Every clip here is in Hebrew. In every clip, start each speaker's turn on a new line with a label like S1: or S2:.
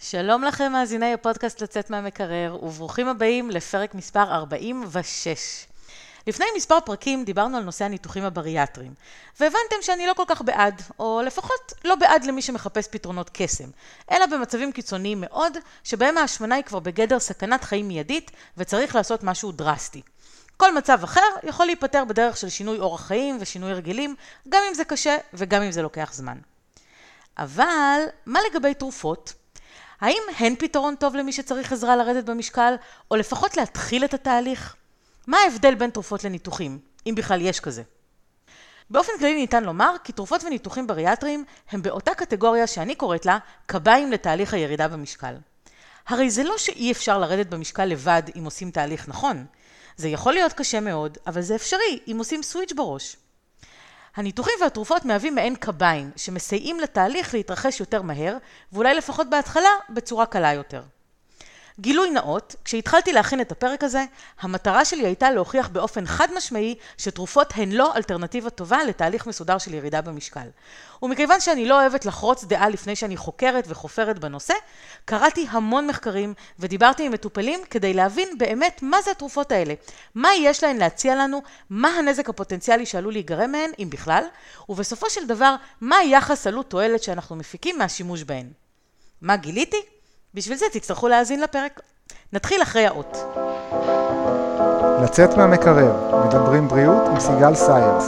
S1: שלום לכם מאזיני הפודקאסט לצאת מהמקרר, וברוכים הבאים לפרק מספר 46. לפני מספר פרקים דיברנו על נושא הניתוחים הבריאטריים, והבנתם שאני לא כל כך בעד, או לפחות לא בעד למי שמחפש פתרונות קסם, אלא במצבים קיצוניים מאוד, שבהם ההשמנה היא כבר בגדר סכנת חיים מיידית, וצריך לעשות משהו דרסטי. כל מצב אחר יכול להיפטר בדרך של שינוי אורח חיים ושינוי הרגלים, גם אם זה קשה וגם אם זה לוקח זמן. אבל מה לגבי תרופות? האם הן פתרון טוב למי שצריך עזרה לרדת במשקל, או לפחות להתחיל את התהליך? מה ההבדל בין תרופות לניתוחים, אם בכלל יש כזה? באופן כללי ניתן לומר כי תרופות וניתוחים בריאטריים הם באותה קטגוריה שאני קוראת לה קביים לתהליך הירידה במשקל. הרי זה לא שאי אפשר לרדת במשקל לבד אם עושים תהליך נכון. זה יכול להיות קשה מאוד, אבל זה אפשרי אם עושים סוויץ' בראש. הניתוחים והתרופות מהווים מעין קביים שמסייעים לתהליך להתרחש יותר מהר, ואולי לפחות בהתחלה בצורה קלה יותר. גילוי נאות, כשהתחלתי להכין את הפרק הזה, המטרה שלי הייתה להוכיח באופן חד משמעי שתרופות הן לא אלטרנטיבה טובה לתהליך מסודר של ירידה במשקל. ומכיוון שאני לא אוהבת לחרוץ דעה לפני שאני חוקרת וחופרת בנושא, קראתי המון מחקרים ודיברתי עם מטופלים כדי להבין באמת מה זה התרופות האלה, מה יש להן להציע לנו, מה הנזק הפוטנציאלי שעלול להיגרם מהן, אם בכלל, ובסופו של דבר, מה היחס עלות תועלת שאנחנו מפיקים מהשימוש בהן. מה גיליתי? בשביל זה תצטרכו להאזין לפרק. נתחיל אחרי האות.
S2: לצאת מהמקרר, מדברים בריאות עם סיגל סיירס.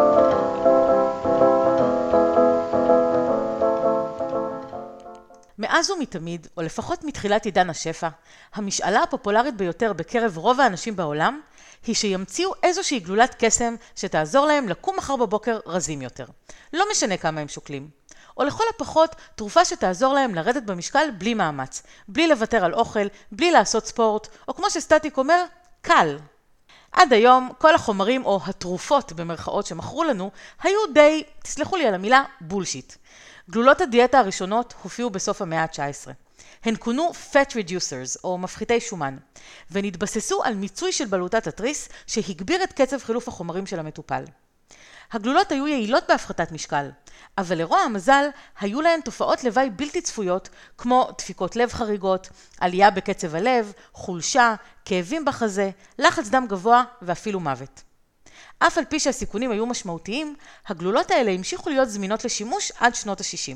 S1: מאז ומתמיד, או לפחות מתחילת עידן השפע, המשאלה הפופולרית ביותר בקרב רוב האנשים בעולם, היא שימציאו איזושהי גלולת קסם שתעזור להם לקום מחר בבוקר רזים יותר. לא משנה כמה הם שוקלים. או לכל הפחות תרופה שתעזור להם לרדת במשקל בלי מאמץ, בלי לוותר על אוכל, בלי לעשות ספורט, או כמו שסטטיק אומר, קל. עד היום כל החומרים או התרופות במרכאות שמכרו לנו היו די, תסלחו לי על המילה, בולשיט. גלולות הדיאטה הראשונות הופיעו בסוף המאה ה-19. הן כונו fat reducers או מפחיתי שומן, ונתבססו על מיצוי של בלוטת התריס שהגביר את קצב חילוף החומרים של המטופל. הגלולות היו יעילות בהפחתת משקל, אבל לרוע המזל היו להן תופעות לוואי בלתי צפויות, כמו דפיקות לב חריגות, עלייה בקצב הלב, חולשה, כאבים בחזה, לחץ דם גבוה ואפילו מוות. אף על פי שהסיכונים היו משמעותיים, הגלולות האלה המשיכו להיות זמינות לשימוש עד שנות ה-60.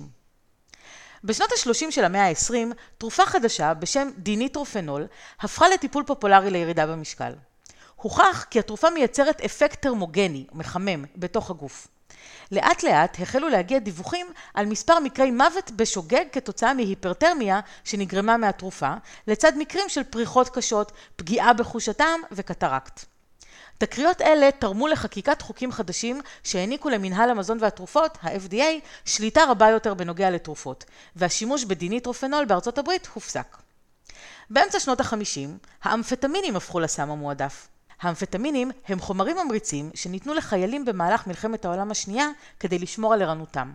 S1: בשנות ה-30 של המאה ה-20, תרופה חדשה בשם דיניטרופנול הפכה לטיפול פופולרי לירידה במשקל. הוכח כי התרופה מייצרת אפקט טרמוגני, מחמם, בתוך הגוף. לאט לאט החלו להגיע דיווחים על מספר מקרי מוות בשוגג כתוצאה מהיפרתרמיה שנגרמה מהתרופה, לצד מקרים של פריחות קשות, פגיעה בחוש הטעם וקטרקט. תקריות אלה תרמו לחקיקת חוקים חדשים שהעניקו למנהל המזון והתרופות, ה-FDA, שליטה רבה יותר בנוגע לתרופות, והשימוש בדיניטרופנול בארצות הברית הופסק. באמצע שנות ה-50, האמפטמינים הפכו לסם המועדף. האמפטמינים הם חומרים ממריצים שניתנו לחיילים במהלך מלחמת העולם השנייה כדי לשמור על ערנותם.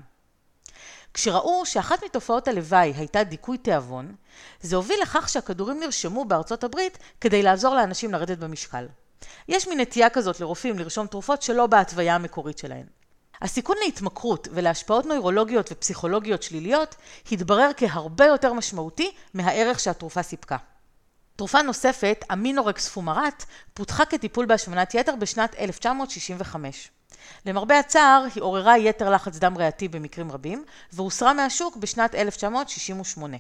S1: כשראו שאחת מתופעות הלוואי הייתה דיכוי תיאבון, זה הוביל לכך שהכדורים נרשמו בארצות הברית כדי לעזור לאנשים לרדת במשקל. יש מין נטייה כזאת לרופאים לרשום תרופות שלא בהתוויה המקורית שלהן. הסיכון להתמכרות ולהשפעות נוירולוגיות ופסיכולוגיות שליליות התברר כהרבה יותר משמעותי מהערך שהתרופה סיפקה. תרופה נוספת, אמינורקס פומרט, פותחה כטיפול בהשמנת יתר בשנת 1965. למרבה הצער, היא עוררה יתר לחץ דם ריאתי במקרים רבים, והוסרה מהשוק בשנת 1968.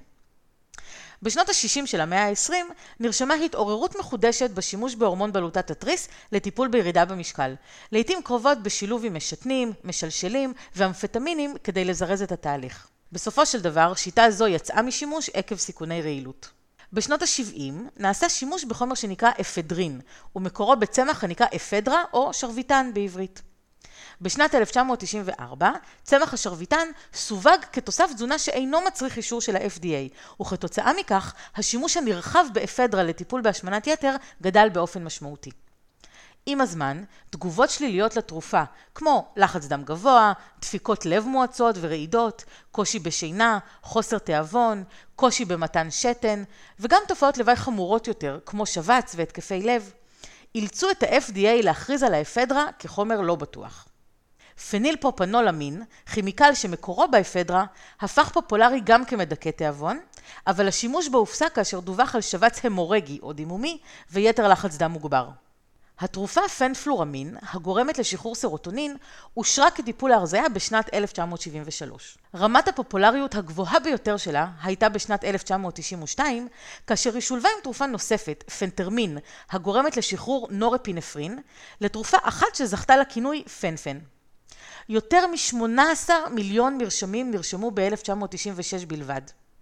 S1: בשנות ה-60 של המאה ה-20 נרשמה התעוררות מחודשת בשימוש בהורמון בלוטת התריס לטיפול בירידה במשקל, לעתים קרובות בשילוב עם משתנים, משלשלים ואמפטמינים כדי לזרז את התהליך. בסופו של דבר, שיטה זו יצאה משימוש עקב סיכוני רעילות. בשנות ה-70 נעשה שימוש בחומר שנקרא אפדרין, ומקורו בצמח הנקרא אפדרה או שרביטן בעברית. בשנת 1994, צמח השרביטן סווג כתוסף תזונה שאינו מצריך אישור של ה-FDA, וכתוצאה מכך, השימוש הנרחב באפדרה לטיפול בהשמנת יתר גדל באופן משמעותי. עם הזמן, תגובות שליליות לתרופה, כמו לחץ דם גבוה, דפיקות לב מואצות ורעידות, קושי בשינה, חוסר תיאבון, קושי במתן שתן, וגם תופעות לוואי חמורות יותר, כמו שבץ והתקפי לב, אילצו את ה-FDA להכריז על האפדרה כחומר לא בטוח. פנילפרופנולאמין, כימיקל שמקורו באפדרה, הפך פופולרי גם כמדכא תיאבון, אבל השימוש בו הופסק כאשר דווח על שבץ המורגי או דימומי ויתר לחץ דם מוגבר. התרופה פנפלורמין, הגורמת לשחרור סרוטונין, אושרה כטיפול להרזיה בשנת 1973. רמת הפופולריות הגבוהה ביותר שלה הייתה בשנת 1992, כאשר היא שולבה עם תרופה נוספת, פנטרמין, הגורמת לשחרור נורפינפרין, לתרופה אחת שזכתה לכינוי פנפן. יותר מ-18 מיליון מרשמים נרשמו ב-1996 בלבד.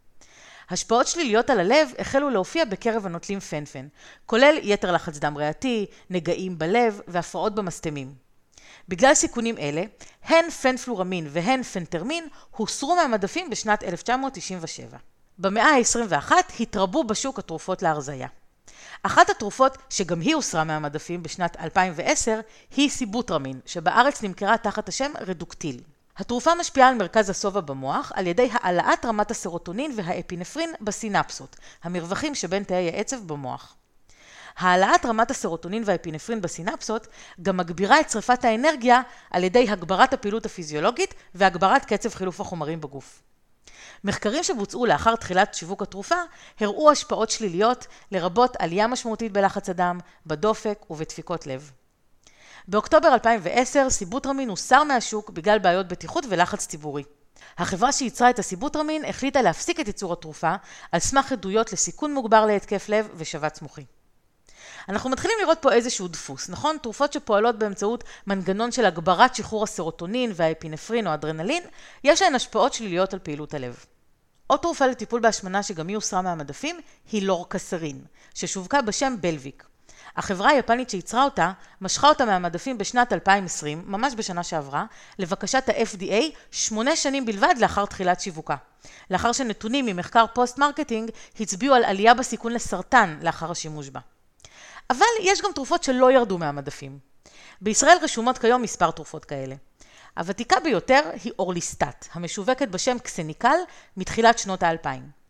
S1: השפעות שליליות על הלב החלו להופיע בקרב הנוטלים פנפן, כולל יתר לחץ דם ריאתי, נגעים בלב והפרעות במסתמים. בגלל סיכונים אלה, הן פנפלורמין והן פנטרמין הוסרו מהמדפים בשנת 1997. במאה ה-21 התרבו בשוק התרופות להרזיה. אחת התרופות שגם היא הוסרה מהמדפים בשנת 2010 היא סיבוטרמין, שבארץ נמכרה תחת השם רדוקטיל. התרופה משפיעה על מרכז הסובה במוח על ידי העלאת רמת הסרוטונין והאפינפרין בסינפסות, המרווחים שבין תאי העצב במוח. העלאת רמת הסרוטונין והאפינפרין בסינפסות גם מגבירה את שריפת האנרגיה על ידי הגברת הפעילות הפיזיולוגית והגברת קצב חילוף החומרים בגוף. מחקרים שבוצעו לאחר תחילת שיווק התרופה הראו השפעות שליליות לרבות עלייה משמעותית בלחץ הדם, בדופק ובדפיקות לב. באוקטובר 2010 סיבוטרמין הוסר מהשוק בגלל בעיות בטיחות ולחץ ציבורי. החברה שייצרה את הסיבוטרמין החליטה להפסיק את ייצור התרופה על סמך עדויות לסיכון מוגבר להתקף לב ושבץ מוחי. אנחנו מתחילים לראות פה איזשהו דפוס, נכון? תרופות שפועלות באמצעות מנגנון של הגברת שחרור הסרוטונין והאפינפרין או אדרנלין, יש להן השפעות שליליות על פעילות הלב. עוד תרופה לטיפול בהשמנה שגם היא הוסרה מהמדפים היא לורקסרין, ששווקה בשם בלוויק. החברה היפנית שייצרה אותה, משכה אותה מהמדפים בשנת 2020, ממש בשנה שעברה, לבקשת ה-FDA 8 שנים בלבד לאחר תחילת שיווקה. לאחר שנתונים ממחקר פוסט-מרקטינג הצביעו על עלייה בסיכון לסרטן לאחר השימוש בה. אבל יש גם תרופות שלא ירדו מהמדפים. בישראל רשומות כיום מספר תרופות כאלה. הוותיקה ביותר היא אורליסטט, המשווקת בשם קסניקל מתחילת שנות ה-2000.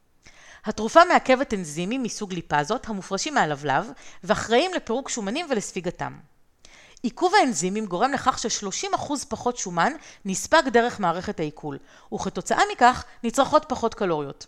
S1: התרופה מעכבת אנזימים מסוג ליפזות המופרשים מהלבלב ואחראים לפירוק שומנים ולספיגתם. עיכוב האנזימים גורם לכך ש30% פחות שומן נספג דרך מערכת העיכול, וכתוצאה מכך נצרכות פחות קלוריות.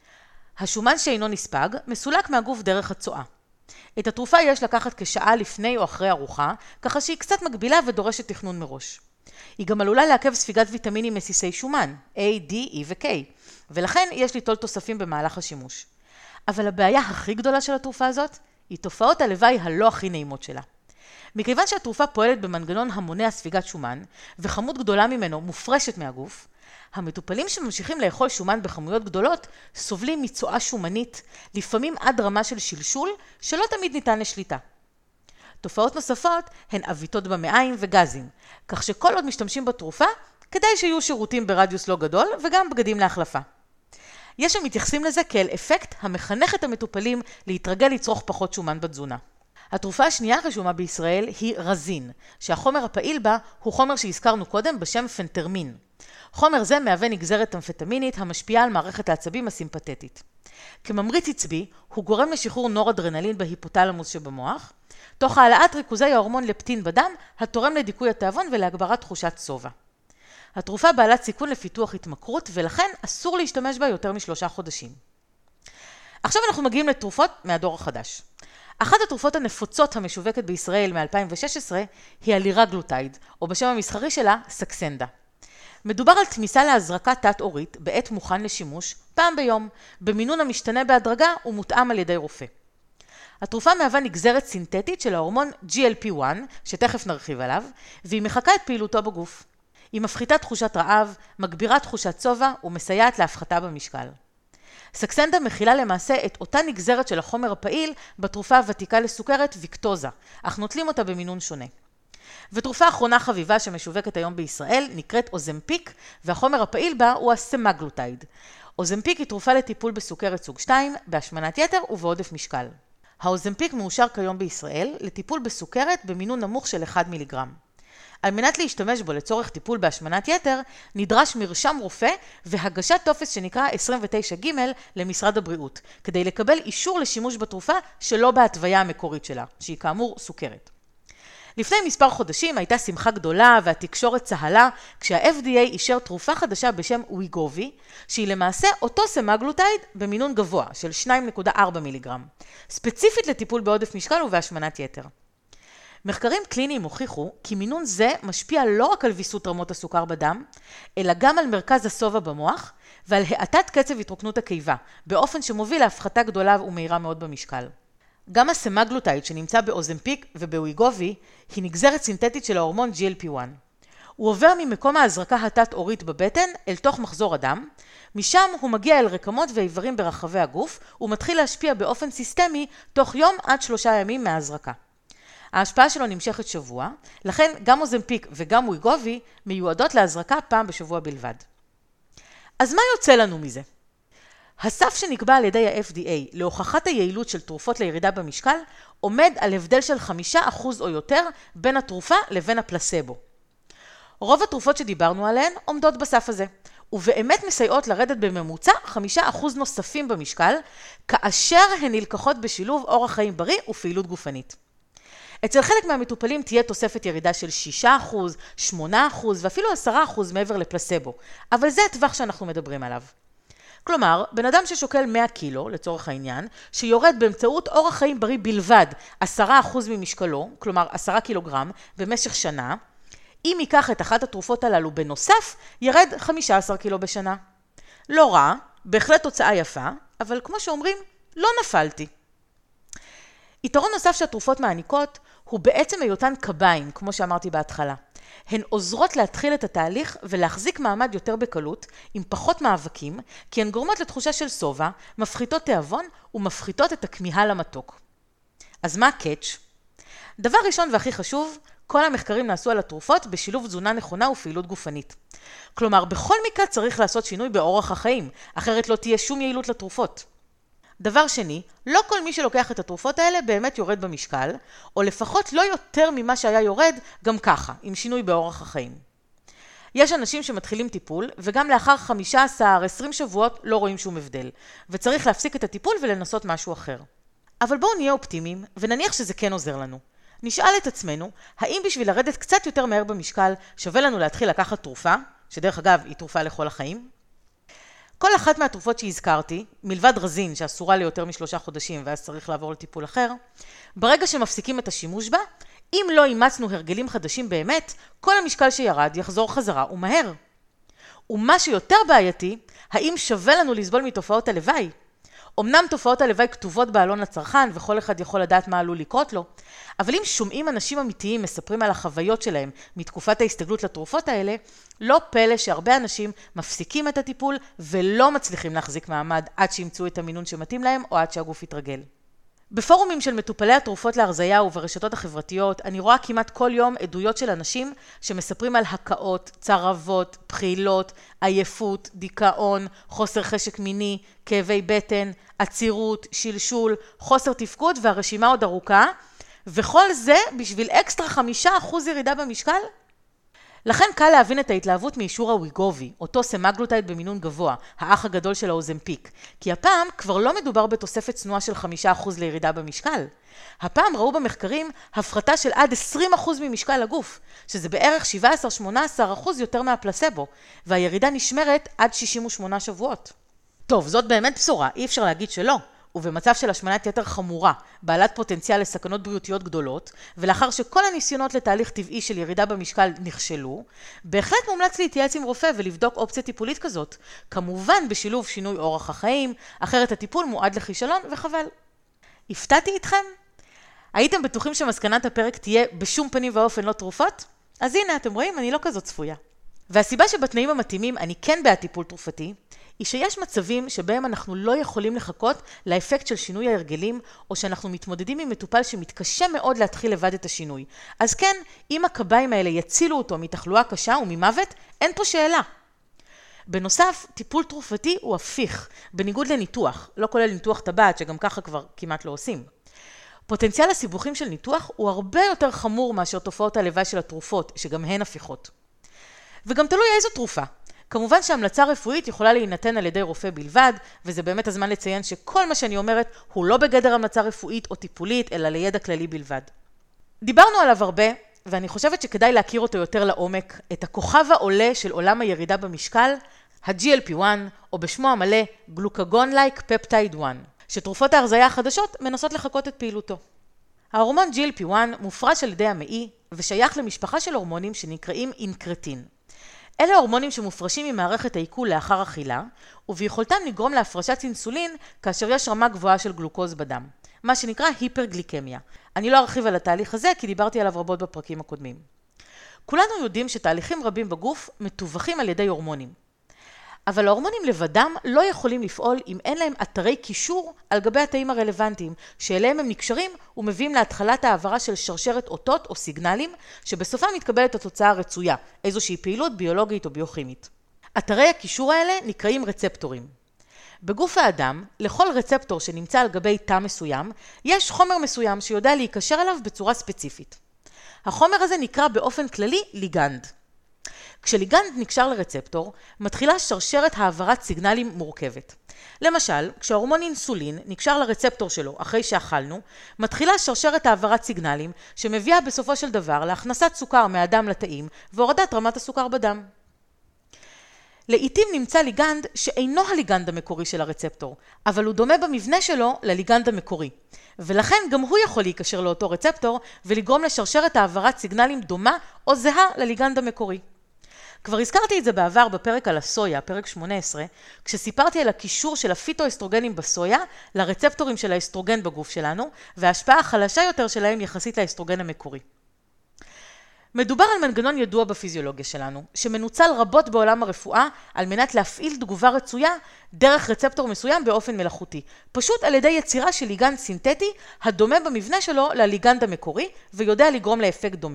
S1: השומן שאינו נספג מסולק מהגוף דרך הצואה. את התרופה יש לקחת כשעה לפני או אחרי ארוחה, ככה שהיא קצת מגבילה ודורשת תכנון מראש. היא גם עלולה לעכב ספיגת ויטמינים מסיסי שומן, A, D, E ו-K, ולכן יש ליטול תוספים במהלך השימוש. אבל הבעיה הכי גדולה של התרופה הזאת היא תופעות הלוואי הלא הכי נעימות שלה. מכיוון שהתרופה פועלת במנגנון המונע ספיגת שומן, וכמות גדולה ממנו מופרשת מהגוף, המטופלים שממשיכים לאכול שומן בכמויות גדולות סובלים מצואה שומנית, לפעמים עד רמה של שלשול שלא תמיד ניתן לשליטה. תופעות נוספות הן אביתות במעיים וגזים, כך שכל עוד משתמשים בתרופה, כדאי שיהיו שירותים ברדיוס לא גדול וגם בגדים להחלפה. יש שמתייחסים לזה כאל אפקט המחנך את המטופלים להתרגל לצרוך פחות שומן בתזונה. התרופה השנייה הרשומה בישראל היא רזין, שהחומר הפעיל בה הוא חומר שהזכרנו קודם בשם פנטרמין. חומר זה מהווה נגזרת אמפטמינית המשפיעה על מערכת העצבים הסימפתטית. כממריץ עצבי, הוא גורם לשחרור נורדרנלין בהיפותלמוס שבמוח, תוך העלאת ריכוזי ההורמון לפטין בדם, התורם לדיכוי התיאבון ולהגברת תחושת סובה. התרופה בעלת סיכון לפיתוח התמכרות, ולכן אסור להשתמש בה יותר מ3 חודשים. עכשיו אנחנו מגיעים לתרופות מהדור החדש. אחת התרופות הנפוצות המשווקת בישראל מ-2016 היא הלירגלוטייד, או בשם המסחרי שלה, סקסנדה. מדובר על תמיסה להזרקה תת-עורית בעת מוכן לשימוש פעם ביום, במינון המשתנה בהדרגה ומותאם על ידי רופא. התרופה מהווה נגזרת סינתטית של ההורמון GLP-1, שתכף נרחיב עליו, והיא מחקה את פעילותו בגוף. היא מפחיתה תחושת רעב, מגבירה תחושת סובה ומסייעת להפחתה במשקל. סקסנדה מכילה למעשה את אותה נגזרת של החומר הפעיל בתרופה הוותיקה לסוכרת ויקטוזה, אך נוטלים אותה במינון שונה. ותרופה אחרונה חביבה שמשווקת היום בישראל נקראת אוזמפיק, והחומר הפעיל בה הוא הסמגלוטייד. אוזמפיק היא תרופה לטיפול בסוכרת סוג 2, בהשמנת יתר ובעודף משקל. האוזמפיק מאושר כיום בישראל לטיפול בסוכרת במינון נמוך של 1 מיליגרם. על מנת להשתמש בו לצורך טיפול בהשמנת יתר, נדרש מרשם רופא והגשת טופס שנקרא 29G למשרד הבריאות, כדי לקבל אישור לשימוש בתרופה שלא בהתוויה המקורית שלה, שהיא כאמור סוכרת. לפני מספר חודשים הייתה שמחה גדולה והתקשורת צהלה כשה-FDA אישר תרופה חדשה בשם ויגובי, שהיא למעשה אותו סמגלוטייד במינון גבוה של 2.4 מיליגרם, ספציפית לטיפול בעודף משקל ובהשמנת יתר. מחקרים קליניים הוכיחו כי מינון זה משפיע לא רק על ויסות רמות הסוכר בדם, אלא גם על מרכז הסובה במוח ועל האטת קצב התרוקנות הקיבה, באופן שמוביל להפחתה גדולה ומהירה מאוד במשקל. גם הסמגלוטייד שנמצא באוזמפיק ובוויגובי היא נגזרת סינתטית של ההורמון GLP-1. הוא עובר ממקום ההזרקה התת-עורית בבטן אל תוך מחזור הדם, משם הוא מגיע אל רקמות ואיברים ברחבי הגוף ומתחיל להשפיע באופן סיסטמי תוך יום עד 3 ימים מההזרקה. ההשפעה שלו נמשכת שבוע, לכן גם אוזמפיק וגם ויגובי מיועדות להזרקה פעם בשבוע בלבד. אז מה יוצא לנו מזה? הסף שנקבע על ידי ה-FDA להוכחת היעילות של תרופות לירידה במשקל עומד על הבדל של 5% או יותר בין התרופה לבין הפלסבו. רוב התרופות שדיברנו עליהן עומדות בסף הזה, ובאמת מסייעות לרדת בממוצע 5% נוספים במשקל, כאשר הן נלקחות בשילוב אורח חיים בריא ופעילות גופנית. אצל חלק מהמטופלים תהיה תוספת ירידה של 6%, 8% ואפילו 10% מעבר לפלסבו, אבל זה הטווח שאנחנו מדברים עליו. כלומר, בן אדם ששוקל 100 קילו, לצורך העניין, שיורד באמצעות אורח חיים בריא בלבד 10% ממשקלו, כלומר 10 קילוגרם, במשך שנה, אם ייקח את אחת התרופות הללו בנוסף, ירד 15 קילו בשנה. לא רע, בהחלט תוצאה יפה, אבל כמו שאומרים, לא נפלתי. יתרון נוסף שהתרופות מעניקות הוא בעצם היותן קביים, כמו שאמרתי בהתחלה. הן עוזרות להתחיל את התהליך ולהחזיק מעמד יותר בקלות, עם פחות מאבקים, כי הן גורמות לתחושה של סובה, מפחיתות תיאבון ומפחיתות את הכמיהה למתוק. אז מה הקאץ'? דבר ראשון והכי חשוב, כל המחקרים נעשו על התרופות בשילוב תזונה נכונה ופעילות גופנית. כלומר, בכל מקרה צריך לעשות שינוי באורח החיים, אחרת לא תהיה שום יעילות לתרופות. דבר שני, לא כל מי שלוקח את התרופות האלה באמת יורד במשקל, או לפחות לא יותר ממה שהיה יורד גם ככה, עם שינוי באורח החיים. יש אנשים שמתחילים טיפול, וגם לאחר 15-20 שבועות לא רואים שום הבדל, וצריך להפסיק את הטיפול ולנסות משהו אחר. אבל בואו נהיה אופטימיים, ונניח שזה כן עוזר לנו. נשאל את עצמנו, האם בשביל לרדת קצת יותר מהר במשקל, שווה לנו להתחיל לקחת תרופה, שדרך אגב היא תרופה לכל החיים? כל אחת מהתרופות שהזכרתי, מלבד רזין שאסורה ליותר מ3 חודשים ואז צריך לעבור לטיפול אחר, ברגע שמפסיקים את השימוש בה, אם לא אימצנו הרגלים חדשים באמת, כל המשקל שירד יחזור חזרה ומהר. ומה שיותר בעייתי, האם שווה לנו לסבול מתופעות הלוואי? אמנם תופעות הלוואי כתובות בעלון לצרכן וכל אחד יכול לדעת מה עלול לקרות לו, אבל אם שומעים אנשים אמיתיים מספרים על החוויות שלהם מתקופת ההסתגלות לתרופות האלה, לא פלא שהרבה אנשים מפסיקים את הטיפול ולא מצליחים להחזיק מעמד עד שימצאו את המינון שמתאים להם או עד שהגוף יתרגל. בפורומים של מטופלי התרופות להרזיה וברשתות החברתיות, אני רואה כמעט כל יום עדויות של אנשים שמספרים על הקאות, צרבות, בחילות, עייפות, דיכאון, חוסר חשק מיני, כאבי בטן, עצירות, שלשול, חוסר תפקוד והרשימה עוד ארוכה, וכל זה בשביל אקסטרה 5% ירידה במשקל? לכן קל להבין את ההתלהבות מאישור הוויגובי, אותו סמגלוטייד במינון גבוה, האח הגדול של האוזמפיק, כי הפעם כבר לא מדובר בתוספת צנועה של 5% לירידה במשקל. הפעם ראו במחקרים הפחתה של עד 20% ממשקל הגוף, שזה בערך 17-18% יותר מהפלסבו, והירידה נשמרת עד 68 שבועות. טוב, זאת באמת בשורה, אי אפשר להגיד שלא. ובמצב של השמנת יתר חמורה, בעלת פוטנציאל לסכנות בריאותיות גדולות, ולאחר שכל הניסיונות לתהליך טבעי של ירידה במשקל נכשלו, בהחלט מומלץ להתייעץ עם רופא ולבדוק אופציה טיפולית כזאת, כמובן בשילוב שינוי אורח החיים, אחרת הטיפול מועד לכישלון וחבל. הפתעתי איתכם? הייתם בטוחים שמסקנת הפרק תהיה בשום פנים ואופן לא תרופות? אז הנה, אתם רואים, אני לא כזאת צפויה. והסיבה שבתנאים המתאימים אני כן בעד טיפול תרופתי, היא שיש מצבים שבהם אנחנו לא יכולים לחכות לאפקט של שינוי ההרגלים, או שאנחנו מתמודדים עם מטופל שמתקשה מאוד להתחיל לבד את השינוי. אז כן, אם הקביים האלה יצילו אותו מתחלואה קשה וממוות, אין פה שאלה. בנוסף, טיפול תרופתי הוא הפיך, בניגוד לניתוח, לא כולל ניתוח טבעת, שגם ככה כבר כמעט לא עושים. פוטנציאל הסיבוכים של ניתוח הוא הרבה יותר חמור מאשר תופעות הלוואי של התרופות, שגם הן הפיכות. וגם תלוי איזו תרופה. כמובן שהמלצה רפואית יכולה להינתן על ידי רופא בלבד, וזה באמת הזמן לציין שכל מה שאני אומרת הוא לא בגדר המלצה רפואית או טיפולית, אלא לידע כללי בלבד. דיברנו עליו הרבה, ואני חושבת שכדאי להכיר אותו יותר לעומק, את הכוכב העולה של עולם הירידה במשקל, ה-GLP-1, או בשמו המלא Glucagon-like Peptide 1, שתרופות ההרזיה החדשות מנסות לחקות את פעילותו. ההורמון GLP-1 מופרש על ידי המעי, ושייך למשפחה של הורמונים שנקראים אינקרטין. אלה הורמונים שמופרשים ממערכת העיכול לאחר אכילה, וביכולתם לגרום להפרשת אינסולין כאשר יש רמה גבוהה של גלוקוז בדם, מה שנקרא היפרגליקמיה. אני לא ארחיב על התהליך הזה כי דיברתי עליו רבות בפרקים הקודמים. כולנו יודעים שתהליכים רבים בגוף מתווכים על ידי הורמונים. אבל ההורמונים לבדם לא יכולים לפעול אם אין להם אתרי קישור על גבי התאים הרלוונטיים, שאליהם הם נקשרים ומביאים להתחלת העברה של שרשרת אותות או סיגנלים, שבסופם מתקבלת התוצאה הרצויה, איזושהי פעילות ביולוגית או ביוכימית. אתרי הקישור האלה נקראים רצפטורים. בגוף האדם, לכל רצפטור שנמצא על גבי תא מסוים, יש חומר מסוים שיודע להיקשר אליו בצורה ספציפית. החומר הזה נקרא באופן כללי ליגנד. כשליגנד נקשר לרצפטור, מתחילה שרשרת העברת סיגנלים מורכבת. למשל, כשההורמון אינסולין נקשר לרצפטור שלו אחרי שאכלנו, מתחילה שרשרת העברת סיגנלים שמביאה בסופו של דבר להכנסת סוכר מהדם לתאים והורדת רמת הסוכר בדם. לעתים נמצא ליגנד שאינו הליגנד המקורי של הרצפטור, אבל הוא דומה במבנה שלו לליגנד המקורי, ולכן גם הוא יכול להיקשר לאותו רצפטור ולגרום לשרשרת העברת סיגנלים דומה או זהה לליגנד המקורי. כבר הזכרתי את זה בעבר בפרק על הסויה, פרק 18, כשסיפרתי על הקישור של הפיטואסטרוגנים בסויה לרצפטורים של האסטרוגן בגוף שלנו, וההשפעה החלשה יותר שלהם יחסית לאסטרוגן המקורי. מדובר על מנגנון ידוע בפיזיולוגיה שלנו, שמנוצל רבות בעולם הרפואה על מנת להפעיל תגובה רצויה דרך רצפטור מסוים באופן מלאכותי, פשוט על ידי יצירה של ליגנד סינתטי הדומה במבנה שלו לליגנד המקורי ויודע לגרום לאפקט דומה.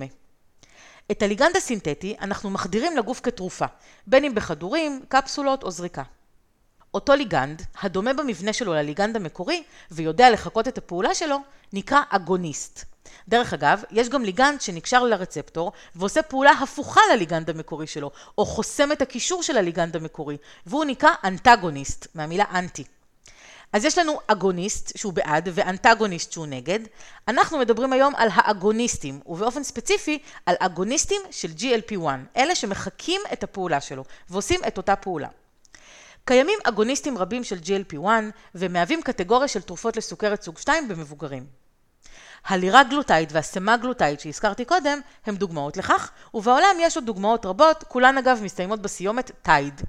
S1: את הליגנד הסינתטי אנחנו מחדירים לגוף כתרופה, בין אם בכדורים, קפסולות או זריקה. אותו ליגנד, הדומה במבנה שלו לליגנד המקורי ויודע לחקות את הפעולה שלו, נקרא אגוניסט. דרך אגב, יש גם ליגנד שנקשר לרצפטור ועושה פעולה הפוכה לליגנד המקורי שלו, או חוסם את הקישור של הליגנד המקורי, והוא נקרא אנטגוניסט, מהמילה אנטי. אז יש לנו אגוניסט שהוא בעד ואנטגוניסט שהוא נגד. אנחנו מדברים היום על האגוניסטים, ובאופן ספציפי על אגוניסטים של GLP-1, אלה שמחקים את הפעולה שלו ועושים את אותה פעולה. קיימים אגוניסטים רבים של GLP-1 ומהווים קטגוריה של תרופות לסוכרת סוג 2 במבוגרים. הלירגלוטייד והסמגלוטייד שהזכרתי קודם הם דוגמאות לכך, ובעולם יש עוד דוגמאות רבות, כולן אגב מסתיימות בסיומת טייד.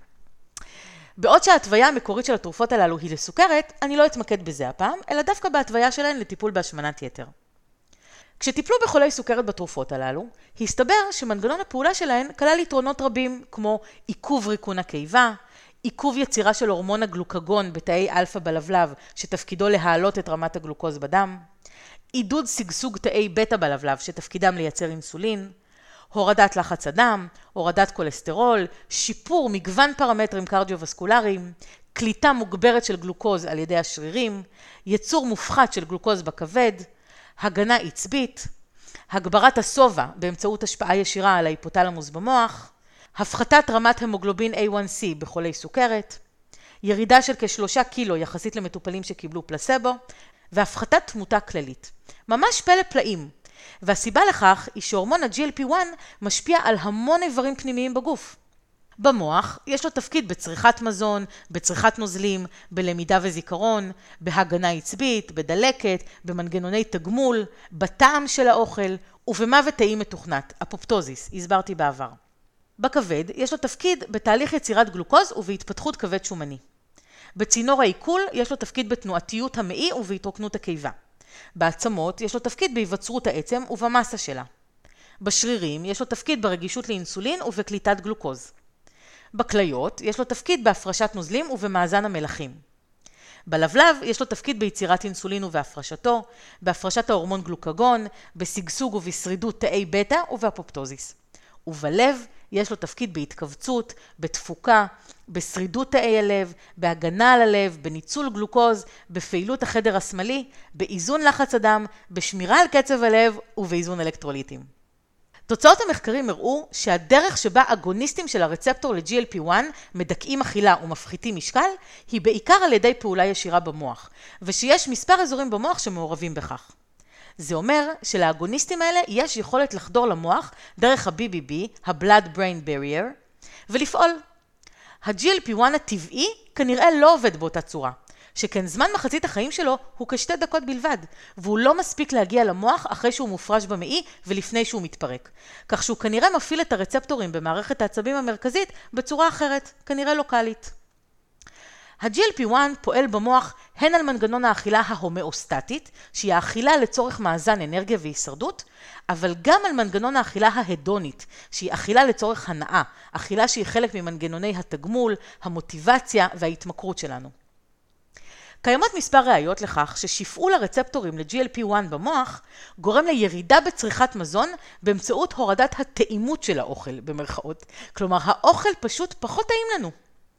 S1: בעוד שההתוויה המקורית של התרופות הללו היא לסוכרת, אני לא אתמקד בזה הפעם, אלא דווקא בהתוויה שלהן לטיפול בהשמנת יתר. כשטיפלו בחולי סוכרת בתרופות הללו, הסתבר שמנגנון הפעולה שלהן כלל יתרונות רבים, כמו עיכוב ריקון הקיבה, עיכוב יצירה של הורמון הגלוקגון בתאי אלפא בלבלב, שתפקידו להעלות את רמת הגלוקוז בדם, עידוד סגסוג תאי בטא בלבלב, שתפקידם לייצר אינסולין, הורדת לחץ הדם, הורדת כולסטרול, שיפור מגוון פרמטרים קרדיו-וסקולריים, קליטה מוגברת של גלוקוז על ידי השרירים, ייצור מופחת של גלוקוז בכבד, הגנה עצבית, הגברת הסובה באמצעות השפעה ישירה על ההיפותלמוס במוח, הפחתת רמת המוגלובין A1C בחולי סוכרת, ירידה של כ3 קילו יחסית למטופלים שקיבלו פלסבו, והפחתת תמותה כללית. ממש פלא פלאים. והסיבה לכך היא שהורמון ה-GLP-1 משפיע על המון איברים פנימיים בגוף. במוח יש לו תפקיד בצריכת מזון, בצריכת נוזלים, בלמידה וזיכרון, בהגנה עצבית, בדלקת, במנגנוני תגמול, בטעם של האוכל ובמוות תאי מתוכנת, אפופטוזיס, הסברתי בעבר. בכבד יש לו תפקיד בתהליך יצירת גלוקוז ובהתפתחות כבד שומני. בצינור העיכול יש לו תפקיד בתנועתיות המעי ובהתרוקנות הקיבה. בעצמות יש לו תפקיד בהיווצרות העצם ובמסה שלה. בשרירים יש לו תפקיד ברגישות לאינסולין ובקליטת גלוקוז. בכליות יש לו תפקיד בהפרשת נוזלים ובמאזן המלחים. בלבלב יש לו תפקיד ביצירת אינסולין ובהפרשתו, בהפרשת ההורמון גלוקגון, בשגשוג ובשרידות תאי בטא ובאפופטוזיס. ובלב יש לו תפקיד בהתכווצות, בתפוקה, בשרידות תאי הלב, בהגנה על הלב, בניצול גלוקוז, בפעילות החדר השמאלי, באיזון לחץ הדם, בשמירה על קצב הלב ובאיזון אלקטרוליטים. תוצאות המחקרים הראו שהדרך שבה אגוניסטים של הרצפטור ל-GLP-1 מדכאים אכילה ומפחיתים משקל, היא בעיקר על ידי פעולה ישירה במוח, ושיש מספר אזורים במוח שמעורבים בכך. זה אומר שלאגוניסטים האלה יש יכולת לחדור למוח דרך ה-BBB, ה-Blood Brain Barrier, ולפעול. ה-GLP-1 הטבעי כנראה לא עובד באותה צורה, שכן זמן מחצית החיים שלו הוא כ2 דקות בלבד, והוא לא מספיק להגיע למוח אחרי שהוא מופרש במעי ולפני שהוא מתפרק. כך שהוא כנראה מפעיל את הרצפטורים במערכת העצבים המרכזית בצורה אחרת, כנראה לוקלית. ה-GLP-1 פועל במוח הן על מנגנון האכילה ההומאוסטטית, שהיא האכילה לצורך מאזן אנרגיה והישרדות, אבל גם על מנגנון האכילה ההדונית, שהיא אכילה לצורך הנאה, אכילה שהיא חלק ממנגנוני התגמול, המוטיבציה וההתמכרות שלנו. קיימות מספר ראיות לכך ששפעול הרצפטורים ל-GLP-1 במוח גורם לירידה בצריכת מזון באמצעות הורדת הטעימות של האוכל, במרכאות. כלומר, האוכל פשוט פחות טעים לנו.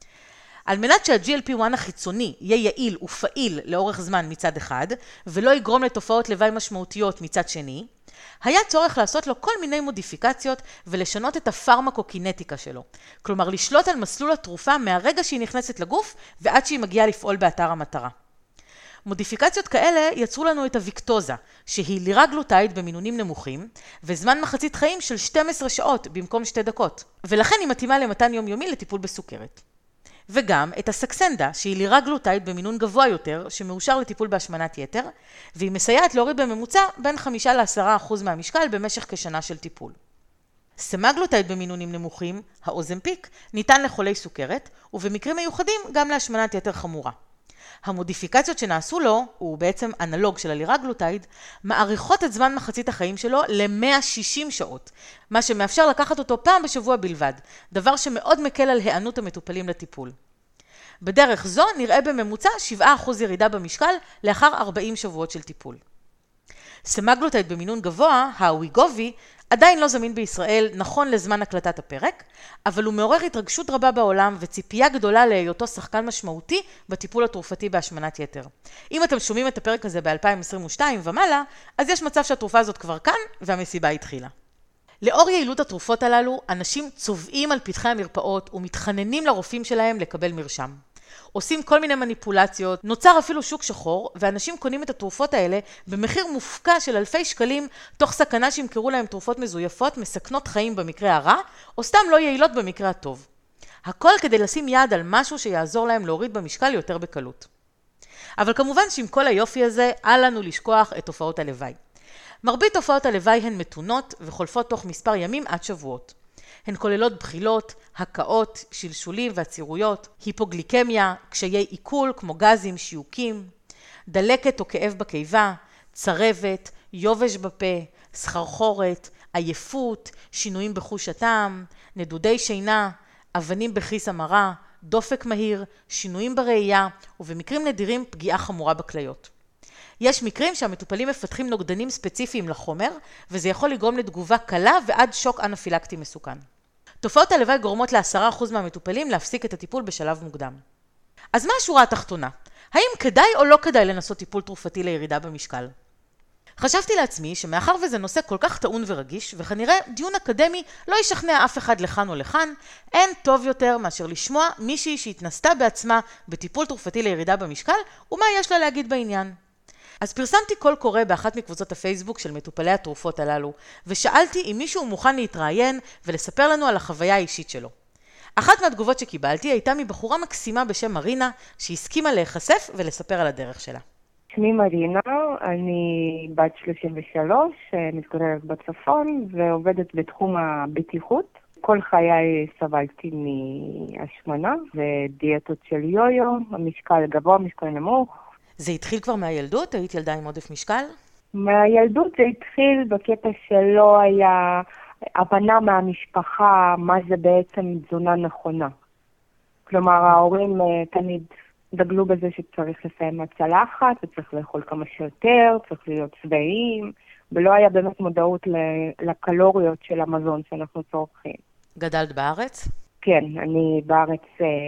S1: על מנת שה-GLP-1 החיצוני יהיה יעיל ופעיל לאורך זמן מצד אחד, ולא יגרום לתופעות לוואי משמעותיות מצד שני, היה צורך לעשות לו כל מיני מודיפיקציות ולשנות את הפרמקוקינטיקה שלו. כלומר, לשלוט על מסלול התרופה מהרגע שהיא נכנסת לגוף ועד שהיא מגיעה לפעול באתר המטרה. מודיפיקציות כאלה יצרו לנו את הוויקטוזה, שהיא לירגלוטייד במינונים נמוכים, וזמן מחצית חיים של 12 שעות במקום 2 דקות. ולכן היא מתאימה למתן יומיומי לטיפול בסוכרת. וגם את הסקסנדה, שהיא לירגלוטייד במינון גבוה יותר, שמאושר לטיפול בהשמנת יתר, והיא מסייעת להוריד בממוצע בין 5-10% מהמשקל במשך כשנה של טיפול. סמגלוטייד במינונים נמוכים, האוזמפיק, ניתן לחולי סוכרת, ובמקרים מיוחדים גם להשמנת יתר חמורה. המודיפיקציות שנעשו לו, הוא בעצם אנלוג של הלירגלוטייד, מעריכות את זמן מחצית החיים שלו ל-160 שעות, מה שמאפשר לקחת אותו פעם בשבוע בלבד, דבר שמאוד מקל על הענות המטופלים לטיפול. בדרך זו נראה בממוצע 7% ירידה במשקל לאחר 40 שבועות של טיפול. סמגלוטייד במינון גבוה, הוויגובי, עדיין לא זמין בישראל נכון לזמן הקלטת הפרק, אבל הוא מעורר התרגשות רבה בעולם וציפייה גדולה להיותו שחקן משמעותי בטיפול התרופתי בהשמנת יתר. אם אתם שומעים את הפרק הזה ב-2022 ומעלה, אז יש מצב שהתרופה הזאת כבר כאן והמסיבה התחילה. לאור יעילות התרופות הללו, אנשים צובעים על פתחי המרפאות ומתחננים לרופאים שלהם לקבל מרשם. עושים כל מיני מניפולציות, נוצר אפילו שוק שחור, ואנשים קונים את התרופות האלה במחיר מופקע של אלפי שקלים, תוך סכנה שימכרו להם תרופות מזויפות, מסכנות חיים במקרה הרע, או סתם לא יעילות במקרה הטוב. הכל כדי לשים יד על משהו שיעזור להם להוריד במשקל יותר בקלות. אבל כמובן שעם כל היופי הזה, אל לנו לשכוח את תופעות הלוואי. מרבית תופעות הלוואי הן מתונות וחולפות תוך מספר ימים עד שבועות. הן כוללות בחילות, הקאות, שלשולים ועצירויות, היפוגליקמיה, קשיי עיכול כמו גזים, שיוקים, דלקת או כאב בקיבה, צרבת, יובש בפה, סחרחורת, עייפות, שינויים בחוש הטעם, נדודי שינה, אבנים בכיס המרה, דופק מהיר, שינויים בראייה ובמקרים נדירים פגיעה חמורה בכליות. יש מקרים שהמטופלים מפתחים נוגדנים ספציפיים לחומר, וזה יכול לגרום לתגובה קלה ועד שוק אנפילקטי מסוכן. תופעות הלוואי גורמות ל10% מהמטופלים להפסיק את הטיפול בשלב מוקדם. אז מה השורה התחתונה? האם כדאי או לא כדאי לנסות טיפול תרופתי לירידה במשקל? חשבתי לעצמי שמאחר וזה נושא כל כך טעון ורגיש, וכנראה דיון אקדמי לא ישכנע אף אחד לכאן או לכאן, אין טוב יותר מאשר לשמוע מישהי שהתנסתה בעצמה בטיפול תרופתי לירידה במשקל, ומה יש לה להגיד בעניין. אז פרסמתי קול קורא באחת מקבוצות הפייסבוק של מטופלי התרופות הללו, ושאלתי אם מישהו מוכן להתראיין ולספר לנו על החוויה האישית שלו. אחת מהתגובות שקיבלתי הייתה מבחורה מקסימה בשם מרינה, שהסכימה להיחשף ולספר על הדרך שלה.
S3: שמי מרינה, אני בת 33, מתגוררת בצפון ועובדת בתחום הבטיחות. כל חיי סבלתי מהשמנה ודיאטות של יו-יו, המשקל גבוה, משקל נמוך.
S1: זה התחיל כבר מהילדות? היית ילדה עם עודף משקל?
S3: מהילדות זה התחיל בקטע שלא היה הבנה מהמשפחה מה זה בעצם תזונה נכונה. כלומר, ההורים תמיד דגלו בזה שצריך לסיים הצלחת וצריך לאכול כמה שיותר, צריך להיות שבעים, ולא היה באמת מודעות לקלוריות של המזון שאנחנו צורכים.
S1: גדלת בארץ?
S3: כן, אני בארץ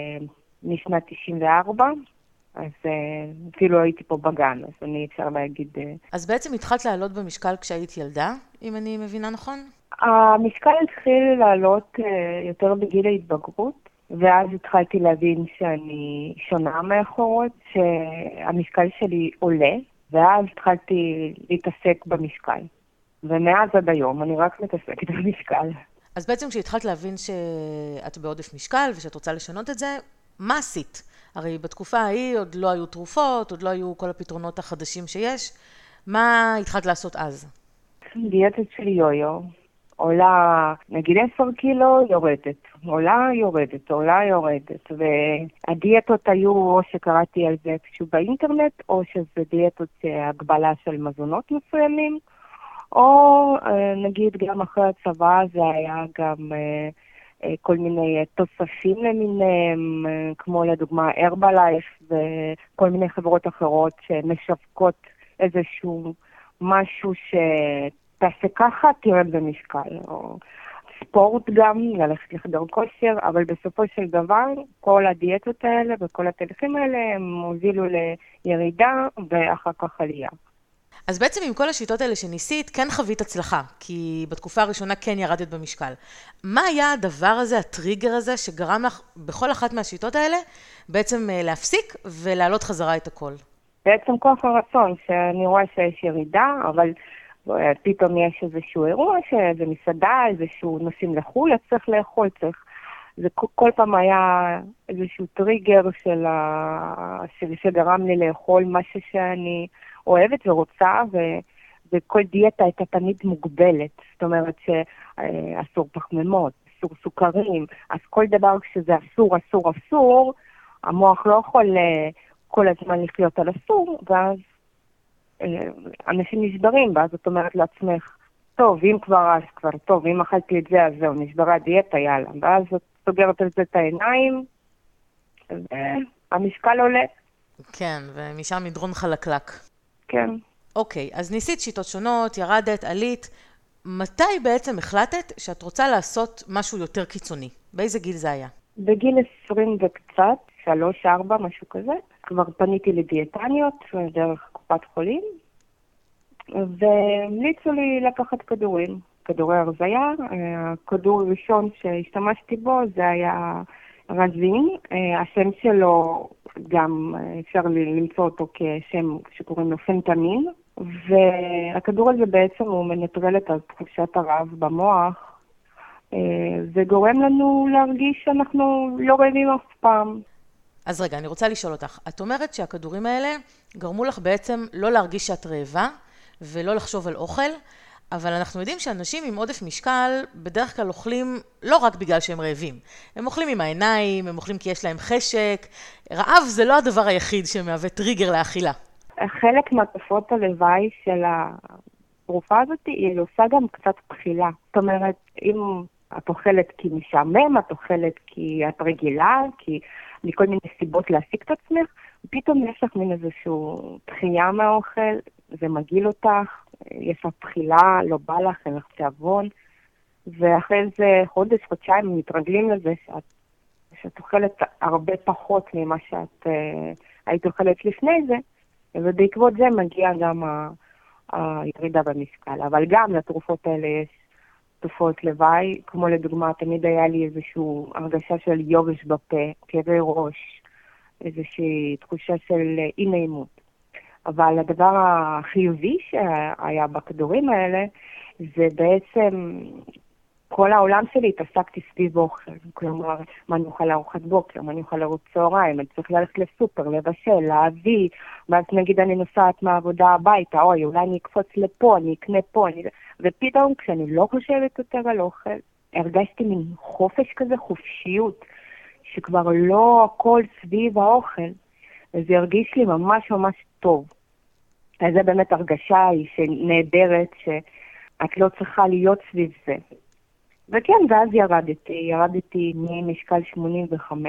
S3: משנת 94. אז אפילו הייתי פה בגן, אז אני אפשר להגיד...
S1: אז בעצם התחלת לעלות במשקל כשהיית ילדה, אם אני מבינה נכון?
S3: המשקל התחיל לעלות יותר בגיל ההתבגרות, ואז התחלתי להבין שאני שונה מאחורות, שהמשקל שלי עולה, ואז התחלתי להתעסק במשקל. ומאז עד היום אני רק מתעסקת במשקל.
S1: אז בעצם כשהתחלת להבין שאת בעודף משקל ושאת רוצה לשנות את זה, מה עשית? הרי בתקופה ההיא עוד לא היו תרופות, עוד לא היו כל הפתרונות החדשים שיש. מה התחלת לעשות אז?
S3: דיאטת של יו-יו, עולה נגיד 10 קילו, יורדת. עולה, יורדת, עולה, יורדת. והדיאטות היו או שקראתי על זה איפשהו באינטרנט, או שזה דיאטות הגבלה של מזונות מסוימים, או נגיד גם אחרי הצבא זה היה גם כל מיני תוספים למיניהם, כמו לדוגמה Herbalife וכל מיני חברות אחרות שמשווקות איזשהו משהו שתעשה ככה, תרד במשקל, או ספורט גם, ללכת לחדר כושר, אבל בסופו של דבר כל הדיאטות האלה וכל התהליכים האלה הם הובילו לירידה ואחר כך עלייה.
S1: אז בעצם עם כל השיטות האלה שניסית, כן חווית הצלחה, כי בתקופה הראשונה כן ירדת במשקל. מה היה הדבר הזה, הטריגר הזה, שגרם לך בכל אחת מהשיטות האלה, בעצם להפסיק ולהעלות חזרה את הכל?
S3: בעצם כוח הרצון, שאני רואה שיש ירידה, אבל פתאום יש איזשהו אירוע, שזה מסעדה, איזשהו נוסעים לחו"ל, צריך לאכול, צריך. זה כל פעם היה איזשהו טריגר שגרם לי לאכול משהו שאני אוהבת ורוצה, וכל דיאטה הייתה תמיד מוגבלת. זאת אומרת שאסור פחמימות, אסור סוכרים, אז כל דבר כשזה אסור, אסור, אסור, המוח לא יכול כל הזמן לחיות על אסור, ואז אנשים נשברים, ואז את אומרת לעצמך, טוב, אם כבר אז כבר טוב, אם אכלתי את זה, אז זהו, נשברה דיאטה, יאללה. ואז את סוגרת על זה את העיניים, והמשקל עולה.
S1: כן, ומשם מדרון חלקלק.
S3: כן.
S1: אוקיי, אז ניסית שיטות שונות, ירדת, עלית. מתי בעצם החלטת שאת רוצה לעשות משהו יותר קיצוני? באיזה גיל זה היה?
S3: בגיל 20 וקצת, 3, 4, משהו כזה. כבר פניתי לדיאטניות דרך קופת חולים, והמליצו לי לקחת כדורים. כדורי הרזיה. הכדור הראשון שהשתמשתי בו זה היה רזין. השם שלו גם אפשר למצוא אותו כשם שקוראים לו פנטנין. והכדור הזה בעצם הוא מנטרל את תחושת הרעב במוח, וגורם לנו להרגיש שאנחנו לא רעבים אף פעם.
S1: אז רגע, אני רוצה לשאול אותך. את אומרת שהכדורים האלה גרמו לך בעצם לא להרגיש שאת רעבה ולא לחשוב על אוכל, אבל אנחנו יודעים שאנשים עם עודף משקל בדרך כלל אוכלים לא רק בגלל שהם רעבים. הם אוכלים עם העיניים, הם אוכלים כי יש להם חשק. רעב זה לא הדבר היחיד שמהווה טריגר לאכילה.
S3: חלק מהתופעות הלוואי של התרופה הזאת היא עושה גם קצת בחילה. זאת אומרת, אם את אוכלת כי משעמם, את אוכלת כי את רגילה, כי מכל מיני סיבות להשיג את עצמך, פתאום יש לך מין איזשהו דחייה מהאוכל, זה מגיל אותך, יש לך בחילה, לא בא לך, אין לך תיאבון, ואחרי זה חודש, חודשיים מתרגלים לזה שאת אוכלת הרבה פחות ממה שאת היית אוכלת לפני זה, ובעקבות זה מגיע גם הירידה במשקל. אבל גם לתרופות האלה יש תופעות לוואי, כמו לדוגמה, תמיד היה לי איזושהי הרגשה של יובש בפה, כאבי ראש, איזושהי תחושה של אי נעימות. אבל הדבר החיובי שהיה בכדורים האלה, זה בעצם כל העולם שלי התעסקתי סביב אוכל. כלומר, מה אני אוכל לארוחת בוקר, מה אני אוכל לארוחת צהריים, אני צריך ללכת לסופר, לבשל, להביא, ואז נגיד אני נוסעת מהעבודה הביתה, אוי, אולי אני אקפוץ לפה, אני אקנה פה, ופתאום כשאני לא חושבת יותר על אוכל, הרגשתי מין חופש כזה, חופשיות, שכבר לא הכל סביב האוכל, וזה הרגיש לי ממש ממש טוב. אז זה באמת הרגשה היא שנהדרת, שאת לא צריכה להיות סביב זה. וכן, ואז ירדתי ממשקל 85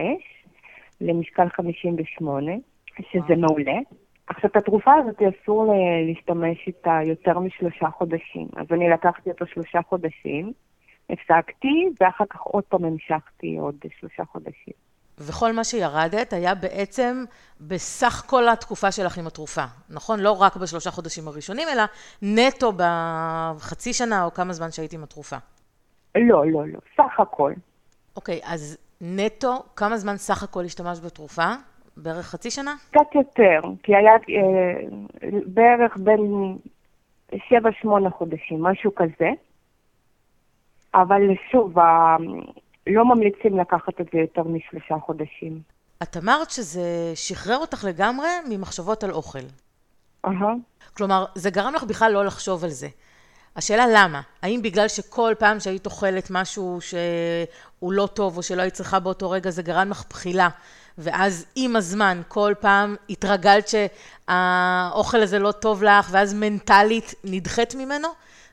S3: למשקל 58, שזה מעולה. עכשיו, את התרופה הזאת אסור להשתמש איתה יותר מ3 חודשים. אז אני לקחתי אותו 3 חודשים, הפסקתי, ואחר כך עוד פעם המשכתי עוד 3 חודשים.
S1: וכל מה שירדת היה בעצם בסך כל התקופה שלך עם התרופה, נכון? לא רק ב3 חודשים הראשונים, אלא נטו בחצי שנה או כמה זמן שהייתי עם התרופה.
S3: לא, סך הכל.
S1: אוקיי, אז נטו, כמה זמן סך הכל השתמש בתרופה? בערך חצי שנה?
S3: קצת יותר, כי היה בערך בין 7-8 חודשים, משהו כזה. אבל שוב, לא ממליצים לקחת את זה יותר מ3 חודשים.
S1: את אמרת שזה שחרר אותך לגמרי ממחשבות על אוכל.
S3: אהה.
S1: כלומר, זה גרם לך בכלל לא לחשוב על זה. השאלה למה? האם בגלל שכל פעם שהיית אוכלת משהו שהוא לא טוב או שלא היית צריכה באותו רגע, זה גרם לך בחילה, ואז עם הזמן כל פעם התרגלת שהאוכל הזה לא טוב לך, ואז מנטלית נדחת ממנו,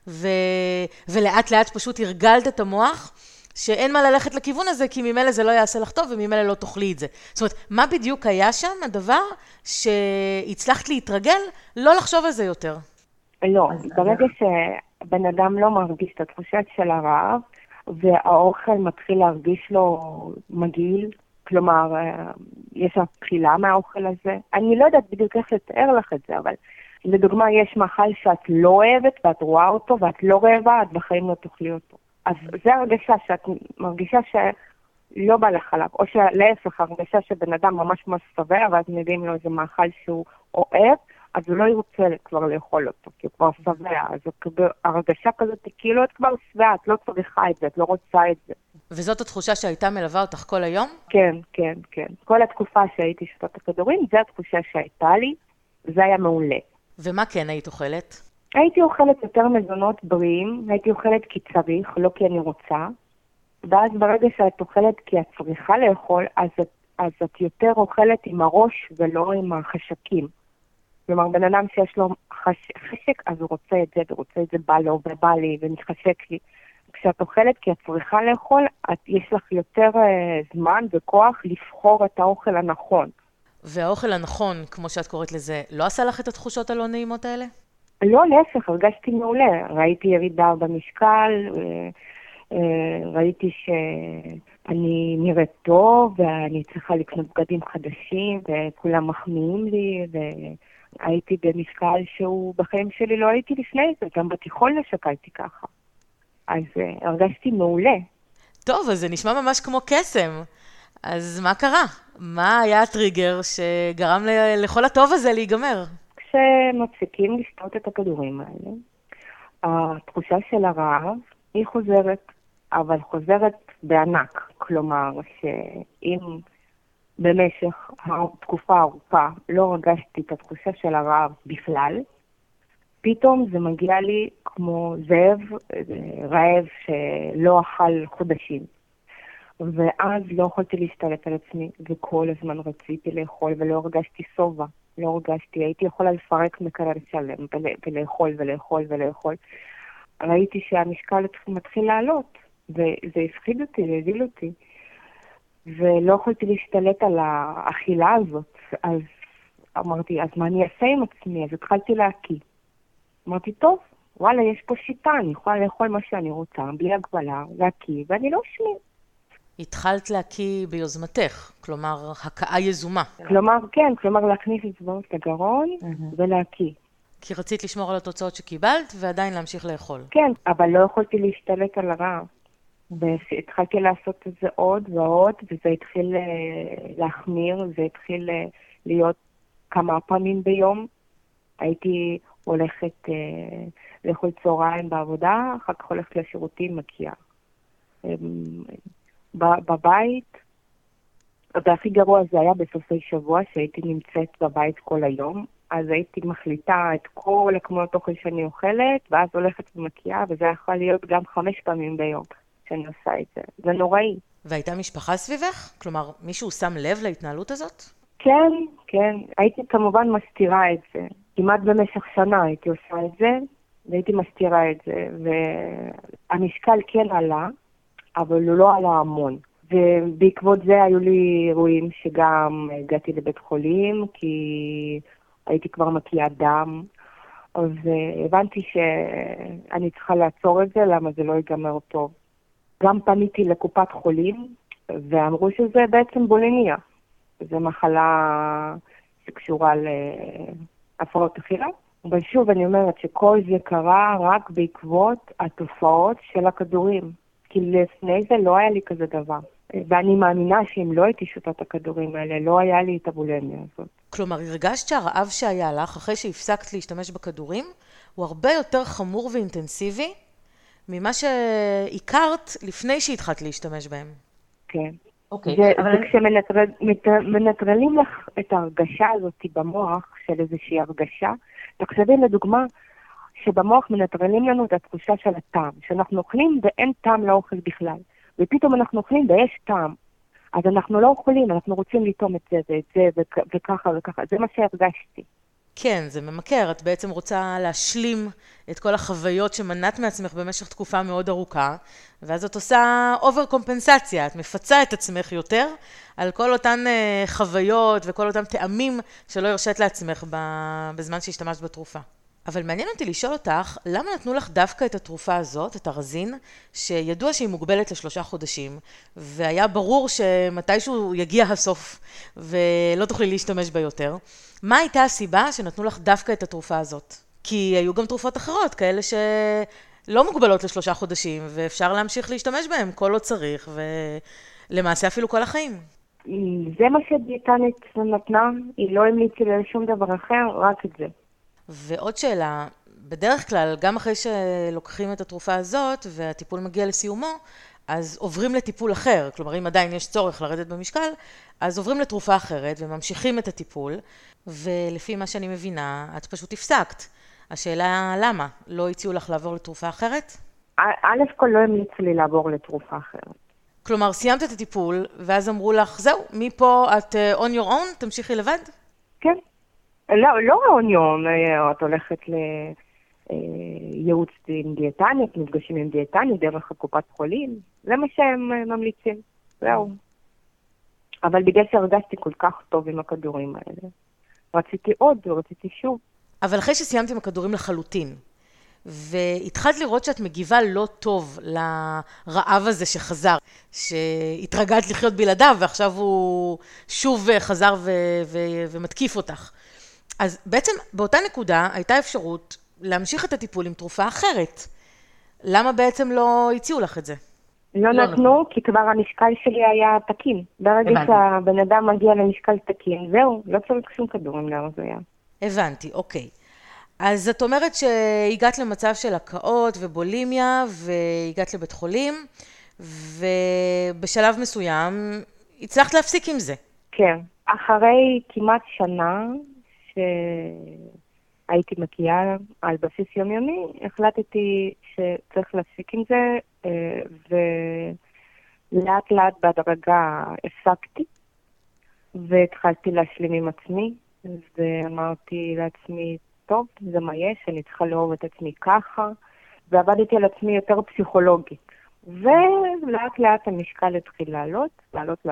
S1: ולאט לאט פשוט הרגלת את המוח, שאין מה ללכת לכיוון הזה, כי ממילא זה לא יעשה לך טוב, וממילא לא תאכלי את זה. זאת אומרת, מה בדיוק היה שם הדבר שהצלחת להתרגל, לא לחשוב על זה יותר?
S3: לא, ברגע שבן אדם לא מרגיש את התחושה של הרעב, והאוכל מתחיל להרגיש לו מגעיל, כלומר, יש לה בחילה מהאוכל הזה. אני לא יודעת בדיוק איך לתאר לך את זה, אבל לדוגמה, יש מאכל שאת לא אוהבת, ואת רואה אותו, ואת לא רעבה, את בחיים לא תאכלי אותו. אז זה הרגשה שאת מרגישה שלא בא לך עליו, או שלהפך, הרגשה שבן אדם ממש שבע, ואז מביאים לו איזה מאכל שהוא אוהב, אז הוא לא ירצה כבר לאכול אותו, כי הוא כבר שבע. אז הרגשה כזאת, כאילו את כבר שבעה, את לא צריכה את זה, את לא רוצה את זה.
S1: וזאת התחושה שהייתה מלווה אותך כל היום?
S3: כן, כן, כן. כל התקופה שהייתי שותה את הכדורים, זו התחושה שהייתה לי, זה היה מעולה.
S1: ומה כן היית אוכלת?
S3: הייתי אוכלת יותר מזונות בריאים, הייתי אוכלת כי צריך, לא כי אני רוצה. ואז ברגע שאת אוכלת כי את צריכה לאכול, אז את יותר אוכלת עם הראש ולא עם החשקים. כלומר, בן אדם שיש לו חשק, אז הוא רוצה את זה, ורוצה את זה, בא לו ובא לי ומתחשק לי. כשאת אוכלת כי את צריכה לאכול, יש לך יותר זמן וכוח לבחור את האוכל הנכון.
S1: והאוכל הנכון, כמו שאת קוראת לזה, לא עשה לך את התחושות הלא נעימות האלה?
S3: לא, להפך, הרגשתי מעולה. ראיתי ירידה במשקל, ראיתי שאני נראית טוב, ואני צריכה לקנות בגדים חדשים, וכולם מחמיאים לי, והייתי במשקל שהוא בחיים שלי לא הייתי לפני זה, גם בתיכון שקלתי ככה. אז הרגשתי מעולה.
S1: טוב, אז זה נשמע ממש כמו קסם. אז מה קרה? מה היה הטריגר שגרם לכל הטוב הזה להיגמר?
S3: כשמפסיקים לשתות את הכדורים האלה, התחושה של הרעב היא חוזרת, אבל חוזרת בענק. כלומר, שאם במשך התקופה ארוכה לא הרגשתי את התחושה של הרעב בכלל, פתאום זה מגיע לי כמו זאב רעב שלא אכל חודשים. ואז לא יכולתי להשתלט על עצמי, וכל הזמן רציתי לאכול, ולא הרגשתי סובה. לא הרגשתי, הייתי יכולה לפרק מקרר שלם, ולאכול ולאכול ולאכול. ראיתי שהמשקל מתחיל לעלות, וזה הפחיד אותי, להביא אותי. ולא יכולתי להשתלט על האכילה הזאת. אז אמרתי, אז מה אני אעשה עם עצמי? אז התחלתי להקיא. אמרתי, טוב, וואלה, יש פה שיטה, אני יכולה לאכול מה שאני רוצה, בלי הגבלה, להקיא, ואני לא אשמין.
S1: התחלת להקיא ביוזמתך, כלומר, הקאה יזומה.
S3: כלומר, כן, כלומר להכניס אצבעות לגרון ולהקיא.
S1: כי רצית לשמור על התוצאות שקיבלת ועדיין להמשיך לאכול.
S3: כן, אבל לא יכולתי להשתלט על הרעב. והתחלתי לעשות את זה עוד ועוד, וזה התחיל להחמיר, זה התחיל להיות כמה פעמים ביום. הייתי הולכת לאכול צהריים בעבודה, אחר כך הולכת לשירותים, מגיעה. בבית, והכי גרוע זה היה בסופי שבוע שהייתי נמצאת בבית כל היום, אז הייתי מחליטה את כל הכמויות אוכל שאני אוכלת, ואז הולכת ומקיאה, וזה יכול להיות גם 5 פעמים ביום שאני עושה את זה. זה נוראי.
S1: והייתה משפחה סביבך? כלומר, מישהו שם לב להתנהלות הזאת?
S3: כן, כן. הייתי כמובן מסתירה את זה. כמעט במשך שנה הייתי עושה את זה, והייתי מסתירה את זה. והמשקל כן עלה, אבל הוא לא עלה המון. ובעקבות זה היו לי אירועים שגם הגעתי לבית חולים, כי הייתי כבר מקיאה דם, והבנתי שאני צריכה לעצור את זה, למה זה לא ייגמר טוב. גם פניתי לקופת חולים, ואמרו שזה בעצם בולימיה. זו מחלה שקשורה להפרעות אכילה. אבל שוב, אני אומרת שכל זה קרה רק בעקבות התופעות של הכדורים. כי לפני זה לא היה לי כזה דבר. ואני מאמינה שאם לא הייתי שותה את הכדורים האלה, לא היה לי את הבולמיה הזאת.
S1: כלומר, הרגשת שהרעב שהיה לך, אחרי שהפסקת להשתמש בכדורים, הוא הרבה יותר חמור ואינטנסיבי ממה שהכרת לפני שהתחלת להשתמש בהם.
S3: כן.
S1: אוקיי,
S3: וכשמנטרלים לך את ההרגשה הזאת במוח, של איזושהי הרגשה, תחשבי לדוגמה, שבמוח מנטרלים לנו את התחושה של הטעם, שאנחנו אוכלים ואין טעם לאוכל בכלל, ופתאום אנחנו אוכלים ויש טעם, אז אנחנו לא אוכלים, אנחנו רוצים לטעום את זה ואת זה וככה וככה, זה מה שהרגשתי.
S1: כן, זה ממכר, את בעצם רוצה להשלים את כל החוויות שמנעת מעצמך במשך תקופה מאוד ארוכה, ואז את עושה אובר קומפנסציה, את מפצה את עצמך יותר על כל אותן חוויות וכל אותם טעמים שלא הרשית לעצמך בזמן שהשתמשת בתרופה. אבל מעניין אותי לשאול אותך, למה נתנו לך דווקא את התרופה הזאת, את הרזין, שידוע שהיא מוגבלת ל3 חודשים, והיה ברור שמתישהו יגיע הסוף ולא תוכלי להשתמש בה יותר. מה הייתה הסיבה שנתנו לך דווקא את התרופה הזאת? כי היו גם תרופות אחרות, כאלה שלא מוגבלות ל3 חודשים, ואפשר להמשיך להשתמש בהן כל עוד צריך, ולמעשה אפילו כל החיים.
S3: זה מה שדיאטנית נתנה, היא לא המליצה לי לשום דבר אחר, רק את זה.
S1: ועוד שאלה, בדרך כלל, גם אחרי שלוקחים את התרופה הזאת והטיפול מגיע לסיומו, אז עוברים לטיפול אחר. כלומר, אם עדיין יש צורך לרדת במשקל, אז עוברים לתרופה אחרת וממשיכים את הטיפול, ולפי מה שאני מבינה, את פשוט הפסקת. השאלה למה? לא הציעו לך לעבור לתרופה אחרת?
S3: א' כל לא המליצו לי לעבור לתרופה אחרת.
S1: כלומר, סיימת את הטיפול, ואז אמרו לך, זהו, מפה את on your own, תמשיכי לבד?
S3: כן. לא אוניון, את הולכת לייעוץ עם דיאטנית, מפגשים עם דיאטנית דרך הקופת חולים, זה מה שהם ממליצים, זהו. אבל בגלל שהרגשתי כל כך טוב עם הכדורים האלה, רציתי עוד, רציתי שוב.
S1: אבל אחרי שסיימת עם הכדורים לחלוטין, והתחלת לראות שאת מגיבה לא טוב לרעב הזה שחזר, שהתרגלת לחיות בלעדיו, ועכשיו הוא שוב חזר ומתקיף אותך. אז בעצם באותה נקודה הייתה אפשרות להמשיך את הטיפול עם תרופה אחרת. למה בעצם לא הציעו לך את זה?
S3: לא נתנו, כי כבר המשקל שלי היה תקין. ברגע שהבן אדם מגיע למשקל תקין, זהו, לא צריך שום כדורים להרזיה.
S1: הבנתי, אוקיי. אז את אומרת שהגעת למצב של הקאות ובולימיה, והגעת לבית חולים, ובשלב מסוים הצלחת להפסיק עם זה.
S3: כן, אחרי כמעט שנה, שהייתי מקיאה על בסיס יומיומי, החלטתי שצריך להפסיק עם זה, ולאט לאט בהדרגה הפסקתי, והתחלתי להשלים עם עצמי, ואמרתי לעצמי, טוב, זה מה יש, אני צריכה לאהוב את עצמי ככה, ועבדתי על עצמי יותר פסיכולוגית, ולאט לאט המשקל התחיל לעלות,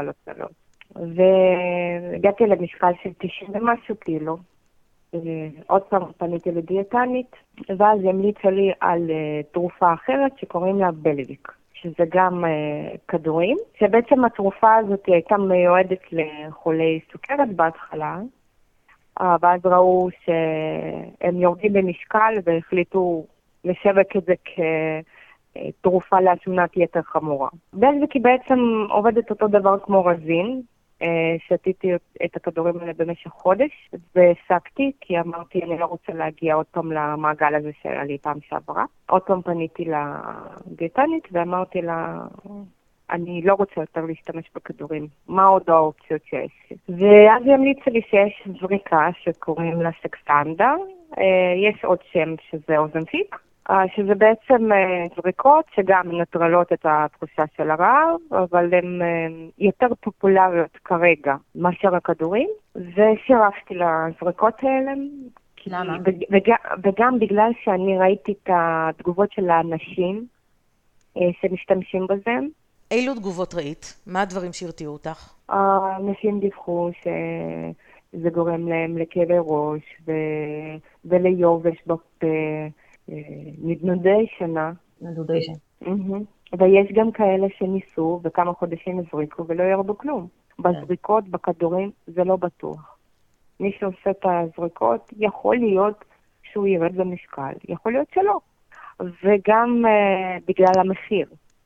S3: והגעתי למשקל של 90 ומשהו קילו. עוד פעם פניתי לדיאטנית, ואז המליצה לי על תרופה אחרת שקוראים לה בלוויק, שזה גם כדורים, שבעצם התרופה הזאת הייתה מיועדת לחולי סוכרת בהתחלה, ואז ראו שהם יורדים במשקל והחליטו לשווק את זה כתרופה להשמנת יתר חמורה. בלוויק היא בעצם עובדת אותו דבר כמו רזין, שתיתי את הכדורים האלה במשך חודש, והפסקתי, כי אמרתי, אני לא רוצה להגיע עוד פעם למעגל הזה שהיה לי פעם שעברה. עוד פעם פניתי לדיאטנית, ואמרתי לה, אני לא רוצה יותר להשתמש בכדורים. מה עוד האופציות שיש? ואז היא המליצה לי שיש זריקה שקוראים לה סקסנדה, יש עוד שם שזה אוזנפיק, שזה בעצם זריקות שגם מנטרלות את התחושה של הרעב, אבל הן יותר פופולריות כרגע מאשר הכדורים, ושירפתי לזריקות האלה.
S1: למה?
S3: וגם בגלל שאני ראיתי את התגובות של האנשים שמשתמשים בזה.
S1: אילו תגובות ראית? מה הדברים שהרתיעו אותך?
S3: האנשים דיווחו שזה גורם להם לכאבי ראש וליובש בפה, נדנודי שנה.
S1: נדנודי שנה.
S3: ויש גם כאלה שניסו וכמה חודשים הזריקו ולא ירדו כלום. בזריקות, בכדורים, זה לא בטוח. מי שעושה את הזריקות, יכול להיות שהוא ירד במשקל, יכול להיות שלא. וגם בגלל המחיר.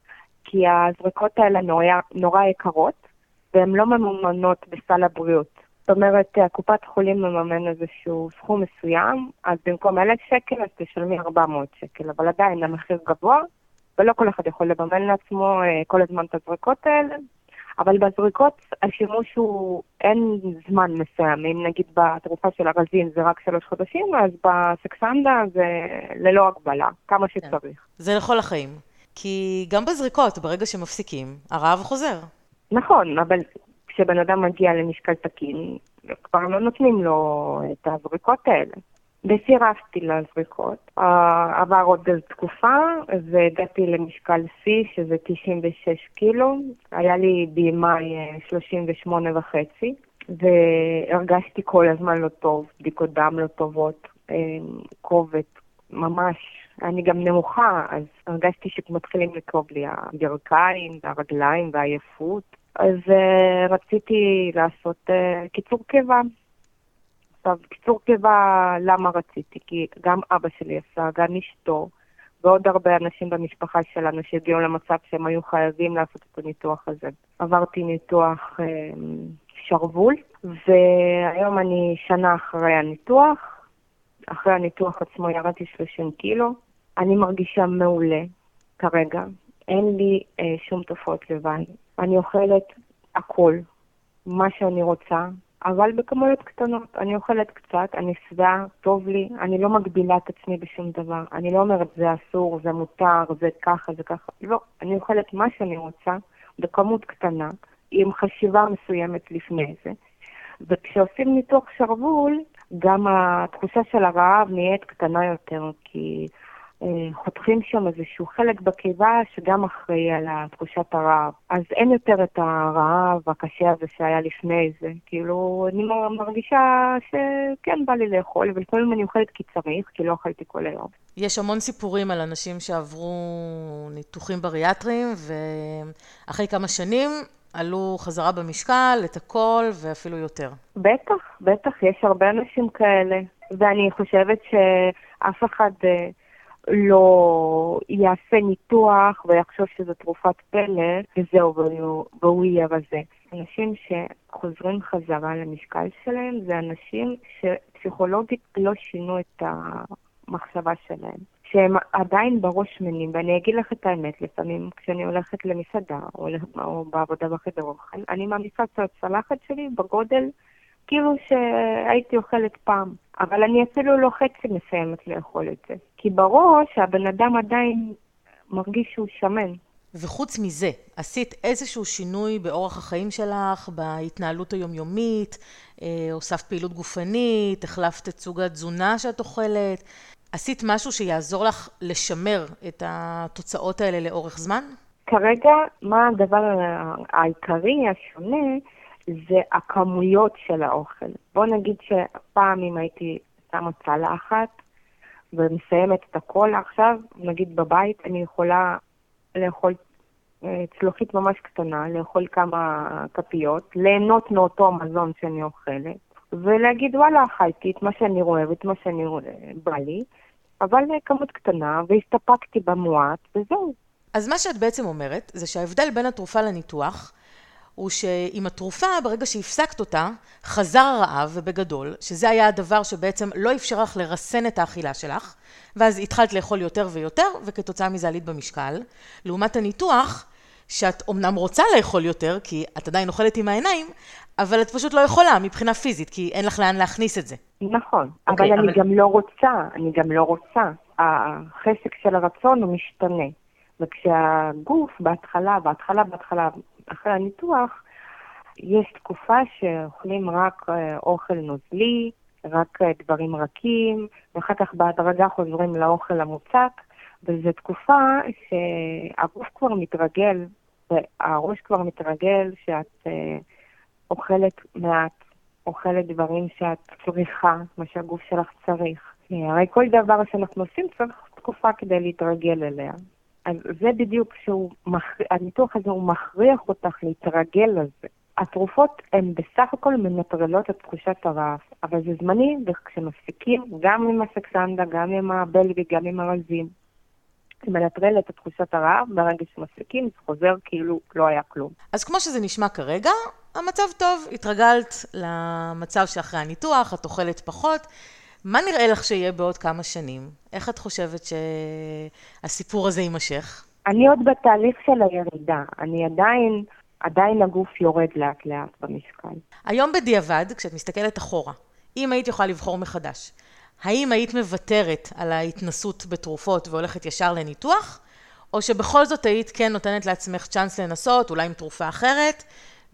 S3: כי הזריקות האלה נורא יקרות, והן לא ממומנות בסל הבריאות. זאת אומרת, הקופת חולים מממן איזשהו סכום מסוים, אז במקום 1,000 שקל, אז תשלמי 400 שקל, אבל עדיין המחיר גבוה, ולא כל אחד יכול לממן לעצמו כל הזמן את הזריקות האלה, אבל בזריקות השימוש הוא אין זמן מסוים, אם נגיד בתרופה של הרזין זה רק 3 חודשים, אז בסקסנדה זה ללא הגבלה, כמה שצריך.
S1: זה לכל החיים, כי גם בזריקות, ברגע שמפסיקים, הרעב חוזר.
S3: נכון, אבל כשבן אדם מגיע למשקל תקין, כבר לא נותנים לו את הזריקות האלה. וסירבתי לזריקות, עבר עוד תקופה, והגעתי למשקל C, שזה 96 קילו, היה לי BMI 38.5, והרגשתי כל הזמן לא טוב, בדיקות דם לא טובות, כובד, ממש, אני גם נמוכה, אז הרגשתי שמתחילים לכאוב לי הברכיים והרגליים והעייפות, אז רציתי לעשות קיצור קיבה. עכשיו, קיצור קיבה, למה רציתי? כי גם אבא שלי עשה, גם אשתו, ועוד הרבה אנשים במשפחה שלנו שהגיעו למצב שהם היו חייבים לעשות את הניתוח הזה. עברתי ניתוח שרוול, והיום אני שנה אחרי הניתוח. אחרי הניתוח עצמו ירדתי 30 קילו. אני מרגישה מעולה כרגע. אין לי שום תופעות לוואי. אני אוכלת הכל, מה שאני רוצה. אבל בכמויות קטנות, אני אוכלת קצת, אני שבעה, טוב לי, אני לא מגבילה את עצמי בשום דבר. אני לא אומרת זה אסור, זה מותר, זה ככה, זה ככה. לא, אני אוכלת מה שאני רוצה, בכמות קטנה, עם חשיבה מסוימת לפני זה. וכשעושים ניתוח שרוול, גם התחושה של הרעב נהיית קטנה יותר, כי חותכים שם איזשהו חלק בקיבה שגם אחראי על תחושת הרעב. אז אין יותר את הרעב הקשה הזה שהיה לפני זה. כאילו, אני מרגישה שכן בא לי לאכול, אבל לפעמים אני אוכלת כי צריך, כי לא אכלתי כל היום.
S1: יש המון סיפורים על אנשים שעברו ניתוחים בריאטריים, ואחרי כמה שנים עלו חזרה במשקל, את הכל ואפילו יותר.
S3: בטח, בטח, יש הרבה אנשים כאלה. ואני חושבת שאף אחד לא יעשה ניתוח ויחשוב שזו תרופת פלא, וזהו, והוא יהיה בזה. אנשים שחוזרים חזרה למשקל שלהם, זה אנשים שפסיכולוגית לא שינו את המחשבה שלהם. שהם עדיין בראש שמנים, ואני אגיד לך את האמת, לפעמים כשאני הולכת למסעדה או בעבודה בחדר אוכל, אני מעמיסה את הצלחת שלי בגודל כאילו שהייתי אוכלת פעם, אבל אני אפילו לא חצי מסיימת לאכול את זה. כי בראש הבן אדם עדיין מרגיש שהוא שמן.
S1: וחוץ מזה, עשית איזשהו שינוי באורח החיים שלך, בהתנהלות היומיומית, הוספת פעילות גופנית, החלפת את סוג התזונה שאת אוכלת, עשית משהו שיעזור לך לשמר את התוצאות האלה לאורך זמן?
S3: כרגע, מה הדבר העיקרי, השונה, זה הכמויות של האוכל. בוא נגיד שפעם אם הייתי שמה צלחת ומסיימת את הכל עכשיו, נגיד בבית, אני יכולה לאכול צלוחית ממש קטנה, לאכול כמה כפיות, ליהנות מאותו מזון שאני אוכלת, ולהגיד וואלה, אכלתי את מה שאני רואה ואת מה שאני בא לי, אבל כמות קטנה, והסתפקתי במועט, וזהו.
S1: אז מה שאת בעצם אומרת, זה שההבדל בין התרופה לניתוח, הוא שעם התרופה, ברגע שהפסקת אותה, חזר הרעב ובגדול, שזה היה הדבר שבעצם לא אפשר לך לרסן את האכילה שלך, ואז התחלת לאכול יותר ויותר, וכתוצאה מזה עלית במשקל. לעומת הניתוח, שאת אומנם רוצה לאכול יותר, כי את עדיין אוכלת עם העיניים, אבל את פשוט לא יכולה מבחינה פיזית, כי אין לך לאן להכניס את זה.
S3: נכון, אבל אני גם לא רוצה. החשק של הרצון הוא משתנה. וכשהגוף בהתחלה, אחרי הניתוח, יש תקופה שאוכלים רק אוכל נוזלי, רק דברים רכים, ואחר כך בהדרגה חוזרים לאוכל המוצק, וזו תקופה שהגוף כבר מתרגל, והראש כבר מתרגל שאת אוכלת מעט, אוכלת דברים שאת צריכה, מה שהגוף שלך צריך. הרי כל דבר שאנחנו עושים צריך תקופה כדי להתרגל אליה. אז זה בדיוק הניתוח הזה הוא מכריח אותך להתרגל לזה. התרופות הן בסך הכל מנטרלות את תחושת הרעב, אבל זה זמני, וכשמפסיקים, גם עם הסקסנדה, גם עם הבלבי, גם עם הרזים, זה מנטרל את תחושת הרעב, ברגע שמפסיקים, זה חוזר כאילו לא היה כלום.
S1: אז כמו שזה נשמע כרגע, המצב טוב, התרגלת למצב שאחרי הניתוח, את אוכלת פחות. מה נראה לך שיהיה בעוד כמה שנים? איך את חושבת שהסיפור הזה יימשך?
S3: אני עוד בתהליך של הירידה, אני עדיין הגוף יורד לאט לאט במשקל.
S1: היום בדיעבד, כשאת מסתכלת אחורה, אם היית יכולה לבחור מחדש, האם היית מוותרת על ההתנסות בתרופות והולכת ישר לניתוח, או שבכל זאת היית כן נותנת לעצמך צ'אנס לנסות, אולי עם תרופה אחרת,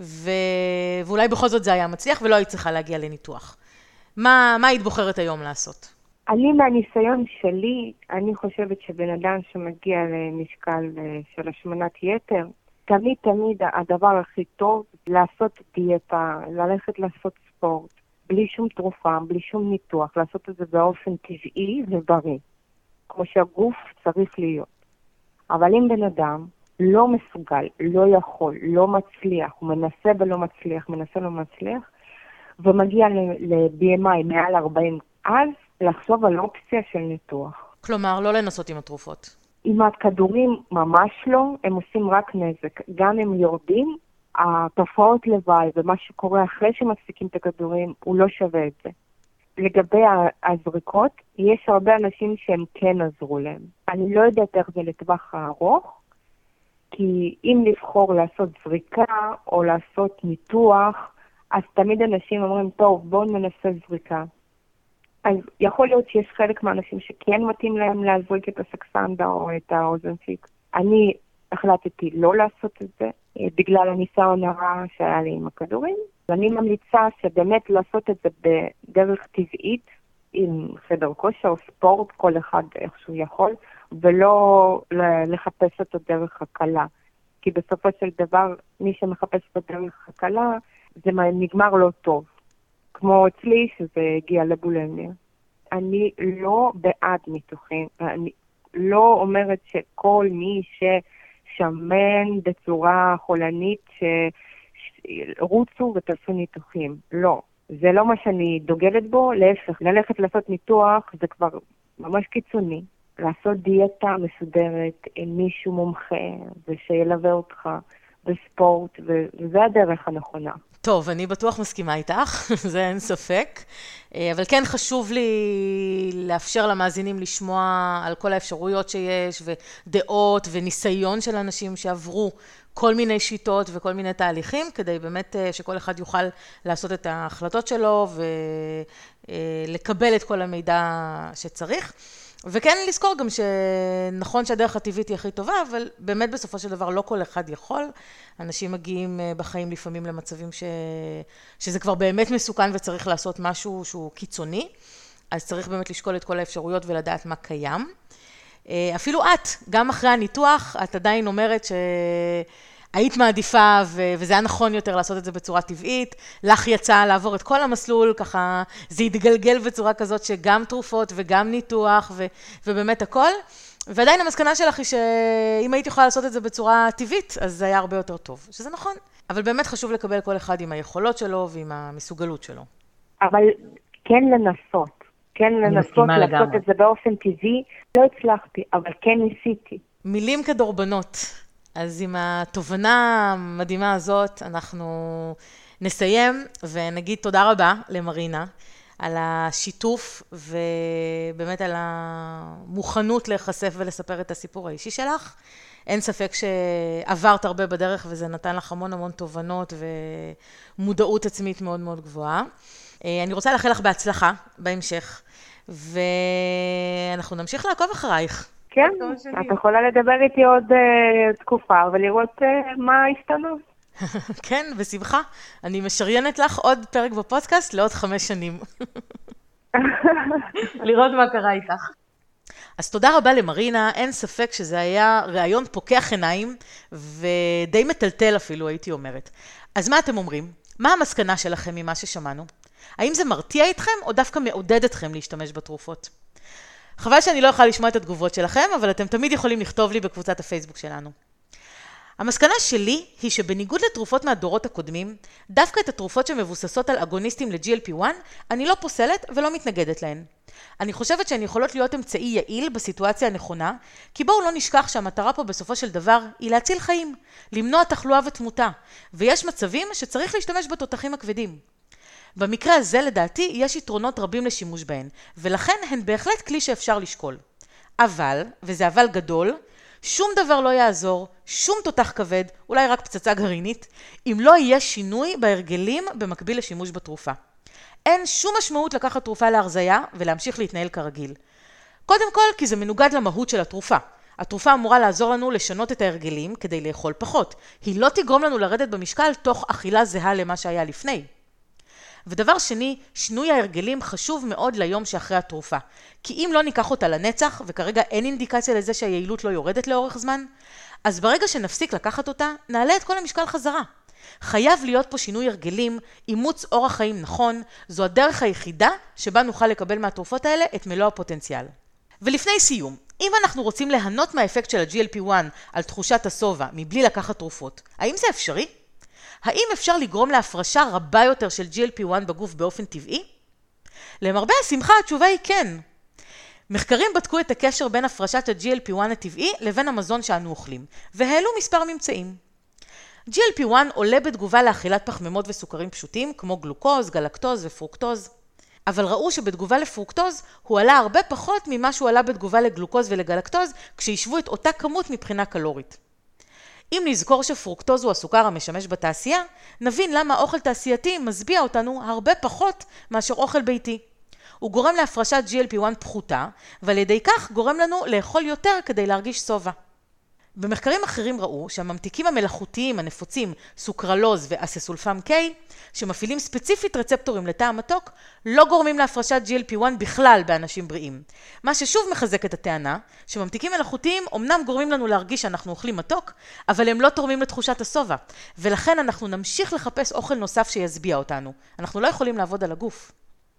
S1: ואולי בכל זאת זה היה מצליח ולא היית צריכה להגיע לניתוח? מה היית בוחרת היום לעשות?
S3: אני מהניסיון שלי, אני חושבת שבן אדם שמגיע למשקל של השמנת יתר, תמיד הדבר הכי טוב לעשות דיאטה, ללכת לעשות ספורט, בלי שום תרופה, בלי שום ניתוח, לעשות את זה באופן טבעי ובריא, כמו שהגוף צריך להיות. אבל אם בן אדם לא מסוגל, לא יכול, לא מצליח, הוא מנסה ולא מצליח, ומגיע ל-BMI מעל 40, אז לחשוב על אופציה של ניתוח.
S1: כלומר, לא לנסות עם התרופות.
S3: עם הכדורים ממש לא, הם עושים רק נזק. גם אם יורדים, התופעות לוואי ומה שקורה אחרי שמפסיקים את הכדורים, הוא לא שווה את זה. לגבי הזריקות, יש הרבה אנשים שהם כן עזרו להם. אני לא יודעת איך זה לטווח הארוך, כי אם לבחור לעשות זריקה או לעשות ניתוח, אז תמיד אנשים אומרים, טוב, בואו ננסה זריקה. אז יכול להיות שיש חלק מהאנשים שכן מתאים להם להזריק את הסקסנדה או את האוזנפיק. אני החלטתי לא לעשות את זה, בגלל הניסיון הרע שהיה לי עם הכדורים. ואני ממליצה שבאמת לעשות את זה בדרך טבעית, עם חדר כושר או ספורט, כל אחד איך שהוא יכול, ולא לחפש אותו דרך הקלה. כי בסופו של דבר, מי שמחפש בדרך הקלה, זה נגמר לא טוב. כמו אצלי שזה הגיע לבולמיה. אני לא בעד ניתוחים. אני לא אומרת שכל מי ששמן בצורה חולנית שרוצו ותעשו ניתוחים. לא. זה לא מה שאני דוגלת בו, להפך. ללכת לעשות ניתוח זה כבר ממש קיצוני. לעשות דיאטה מסודרת עם מישהו מומחה ושילווה אותך בספורט, וזה הדרך הנכונה.
S1: טוב, אני בטוח מסכימה איתך, זה אין ספק, אבל כן חשוב לי לאפשר למאזינים לשמוע על כל האפשרויות שיש, ודעות וניסיון של אנשים שעברו כל מיני שיטות וכל מיני תהליכים, כדי באמת שכל אחד יוכל לעשות את ההחלטות שלו ולקבל את כל המידע שצריך. וכן לזכור גם שנכון שהדרך הטבעית היא הכי טובה, אבל באמת בסופו של דבר לא כל אחד יכול. אנשים מגיעים בחיים לפעמים למצבים שזה כבר באמת מסוכן וצריך לעשות משהו שהוא קיצוני, אז צריך באמת לשקול את כל האפשרויות ולדעת מה קיים. אפילו את, גם אחרי הניתוח, את עדיין אומרת היית מעדיפה, וזה היה נכון יותר לעשות את זה בצורה טבעית, לך יצא לעבור את כל המסלול, ככה זה יתגלגל בצורה כזאת שגם תרופות וגם ניתוח ובאמת הכל, ועדיין המסקנה שלך היא שאם היית יכולה לעשות את זה בצורה טבעית, אז זה היה הרבה יותר טוב, שזה נכון. אבל באמת חשוב לקבל כל אחד עם היכולות שלו ועם המסוגלות שלו.
S3: אבל כן לנסות לעשות את זה באופן טבעי, לא הצלחתי, אבל כן ניסיתי.
S1: מילים כדורבנות. אז עם התובנה המדהימה הזאת אנחנו נסיים ונגיד תודה רבה למרינה על השיתוף ובאמת על המוכנות להיחשף ולספר את הסיפור האישי שלך. אין ספק שעברת הרבה בדרך וזה נתן לך המון תובנות ומודעות עצמית מאוד מאוד גבוהה. אני רוצה לאחל לך בהצלחה בהמשך ואנחנו נמשיך לעקוב אחרייך.
S3: כן, את יכולה לדבר איתי עוד תקופה ולראות מה השתנה.
S1: כן, בשמחה. אני משריינת לך עוד פרק בפודקאסט לעוד 5 שנים. לראות מה קרה איתך. אז תודה רבה למרינה, אין ספק שזה היה רעיון פוקח עיניים ודי מטלטל אפילו, הייתי אומרת. אז מה אתם אומרים? מה המסקנה שלכם ממה ששמענו? האם זה מרתיע אתכם או דווקא מעודד אתכם להשתמש בתרופות? חבל שאני לא יכולה לשמוע את התגובות שלכם, אבל אתם תמיד יכולים לכתוב לי בקבוצת הפייסבוק שלנו. המסקנה שלי היא שבניגוד לתרופות מהדורות הקודמים, דווקא את התרופות שמבוססות על אגוניסטים ל-GLP-1, אני לא פוסלת ולא מתנגדת להן. אני חושבת שהן יכולות להיות אמצעי יעיל בסיטואציה הנכונה, כי בואו לא נשכח שהמטרה פה בסופו של דבר היא להציל חיים, למנוע תחלואה ותמותה, ויש מצבים שצריך להשתמש בתותחים הכבדים. במקרה הזה לדעתי יש יתרונות רבים לשימוש בהן, ולכן הן בהחלט כלי שאפשר לשקול. אבל, וזה אבל גדול, שום דבר לא יעזור, שום תותח כבד, אולי רק פצצה גרעינית, אם לא יהיה שינוי בהרגלים במקביל לשימוש בתרופה. אין שום משמעות לקחת תרופה להרזיה ולהמשיך להתנהל כרגיל. קודם כל, כי זה מנוגד למהות של התרופה. התרופה אמורה לעזור לנו לשנות את ההרגלים כדי לאכול פחות. היא לא תגרום לנו לרדת במשקל תוך אכילה זהה למה שהיה לפני. ודבר שני, שינוי ההרגלים חשוב מאוד ליום שאחרי התרופה. כי אם לא ניקח אותה לנצח, וכרגע אין אינדיקציה לזה שהיעילות לא יורדת לאורך זמן, אז ברגע שנפסיק לקחת אותה, נעלה את כל המשקל חזרה. חייב להיות פה שינוי הרגלים, אימוץ אורח חיים נכון, זו הדרך היחידה שבה נוכל לקבל מהתרופות האלה את מלוא הפוטנציאל. ולפני סיום, אם אנחנו רוצים ליהנות מהאפקט של ה-GLP-1 על תחושת הסובה מבלי לקחת תרופות, האם זה אפשרי? האם אפשר לגרום להפרשה רבה יותר של GLP-1 בגוף באופן טבעי? למרבה השמחה התשובה היא כן. מחקרים בדקו את הקשר בין הפרשת ה-GLP-1 הטבעי לבין המזון שאנו אוכלים, והעלו מספר ממצאים. GLP-1 עולה בתגובה לאכילת פחמימות וסוכרים פשוטים, כמו גלוקוז, גלקטוז ופרוקטוז. אבל ראו שבתגובה לפרוקטוז הוא עלה הרבה פחות ממה שהוא עלה בתגובה לגלוקוז ולגלקטוז, כשישבו את אותה כמות מבחינה קלורית. אם נזכור שפרוקטוז הוא הסוכר המשמש בתעשייה, נבין למה אוכל תעשייתי משביע אותנו הרבה פחות מאשר אוכל ביתי. הוא גורם להפרשת GLP-1 פחותה, ועל ידי כך גורם לנו לאכול יותר כדי להרגיש סובה. במחקרים אחרים ראו שהממתיקים המלאכותיים הנפוצים סוכרלוז ואססולפם K, שמפעילים ספציפית רצפטורים לתא המתוק, לא גורמים להפרשת GLP-1 בכלל באנשים בריאים. מה ששוב מחזק את הטענה, שממתיקים מלאכותיים אומנם גורמים לנו להרגיש שאנחנו אוכלים מתוק, אבל הם לא תורמים לתחושת הסובה, ולכן אנחנו נמשיך לחפש אוכל נוסף שיסביע אותנו. אנחנו לא יכולים לעבוד על הגוף.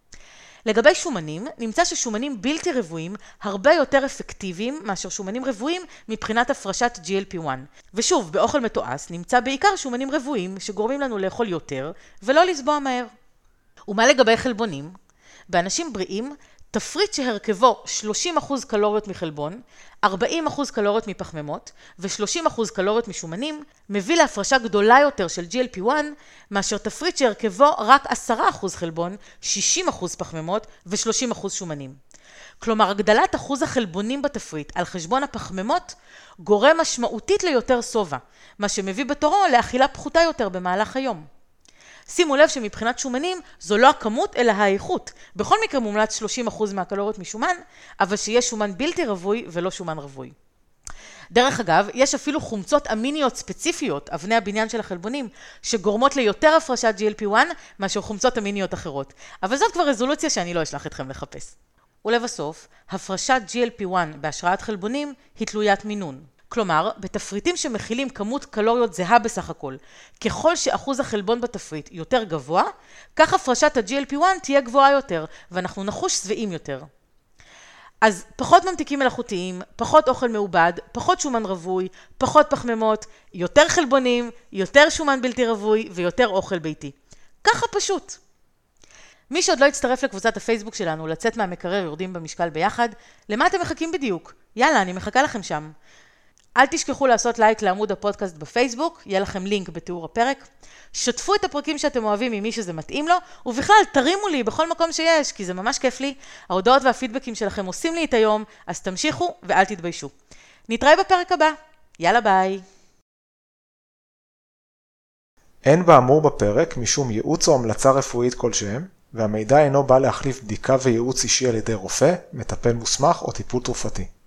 S1: לגבי שומנים, נמצא ששומנים בלתי רבועים הרבה יותר אפקטיביים מאשר שומנים רבועים מבחינת הפרשת GLP-1. ושוב, באוכל מתועש נמצא בעיקר שומנים רבועים שגורמים לנו לאכול יותר ולא לסבוע מהר. ומה לגבי חלבונים? באנשים בריאים, תפריט שהרכבו 30% קלוריות מחלבון, 40% קלוריות מפחמימות ו30% קלוריות משומנים, מביא להפרשה גדולה יותר של GLP-1 מאשר תפריט שהרכבו רק 10% חלבון, 60% פחמימות ו30% שומנים. כלומר, הגדלת אחוז החלבונים בתפריט על חשבון הפחמימות גורם משמעותית ליותר סובה, מה שמביא בתורו לאכילה פחותה יותר במהלך היום. שימו לב שמבחינת שומנים זו לא הכמות אלא האיכות. בכל מקרה מומלץ 30% מהקלוריות משומן, אבל שיש שומן בלתי רווי ולא שומן רווי. דרך אגב, יש אפילו חומצות אמיניות ספציפיות, אבני הבניין של החלבונים, שגורמות ליותר הפרשת GLP-1 מאשר חומצות אמיניות אחרות. אבל זאת כבר רזולוציה שאני לא אשלח אתכם לחפש. ולבסוף, הפרשת GLP-1 בהשראת חלבונים היא תלוית מינון. כלומר, בתפריטים שמכילים כמות קלוריות זהה בסך הכל, ככל שאחוז החלבון בתפריט יותר גבוה, כך הפרשת ה-GLP-1 תהיה גבוהה יותר, ואנחנו נחוש שבעים יותר. אז פחות ממתיקים מלאכותיים, פחות אוכל מעובד, פחות שומן רווי, פחות פחמימות, יותר חלבונים, יותר שומן בלתי רווי ויותר אוכל ביתי. ככה פשוט. מי שעוד לא יצטרף לקבוצת הפייסבוק שלנו, לצאת מהמקרר יורדים במשקל ביחד, למה אתם מחכים בדיוק? יאללה, אני מחכה לכם שם. אל תשכחו לעשות לייק לעמוד הפודקאסט בפייסבוק, יהיה לכם לינק בתיאור הפרק. שתפו את הפרקים שאתם אוהבים עם מי שזה מתאים לו, ובכלל תרימו לי בכל מקום שיש, כי זה ממש כיף לי. ההודעות והפידבקים שלכם עושים לי את היום, אז תמשיכו ואל תתביישו. נתראה בפרק הבא. יאללה ביי.
S2: אין באמור בפרק משום ייעוץ או המלצה רפואית כלשהם, והמידע אינו בא להחליף בדיקה וייעוץ אישי על ידי רופא, מטפל מוסמך או טיפול תרופתי.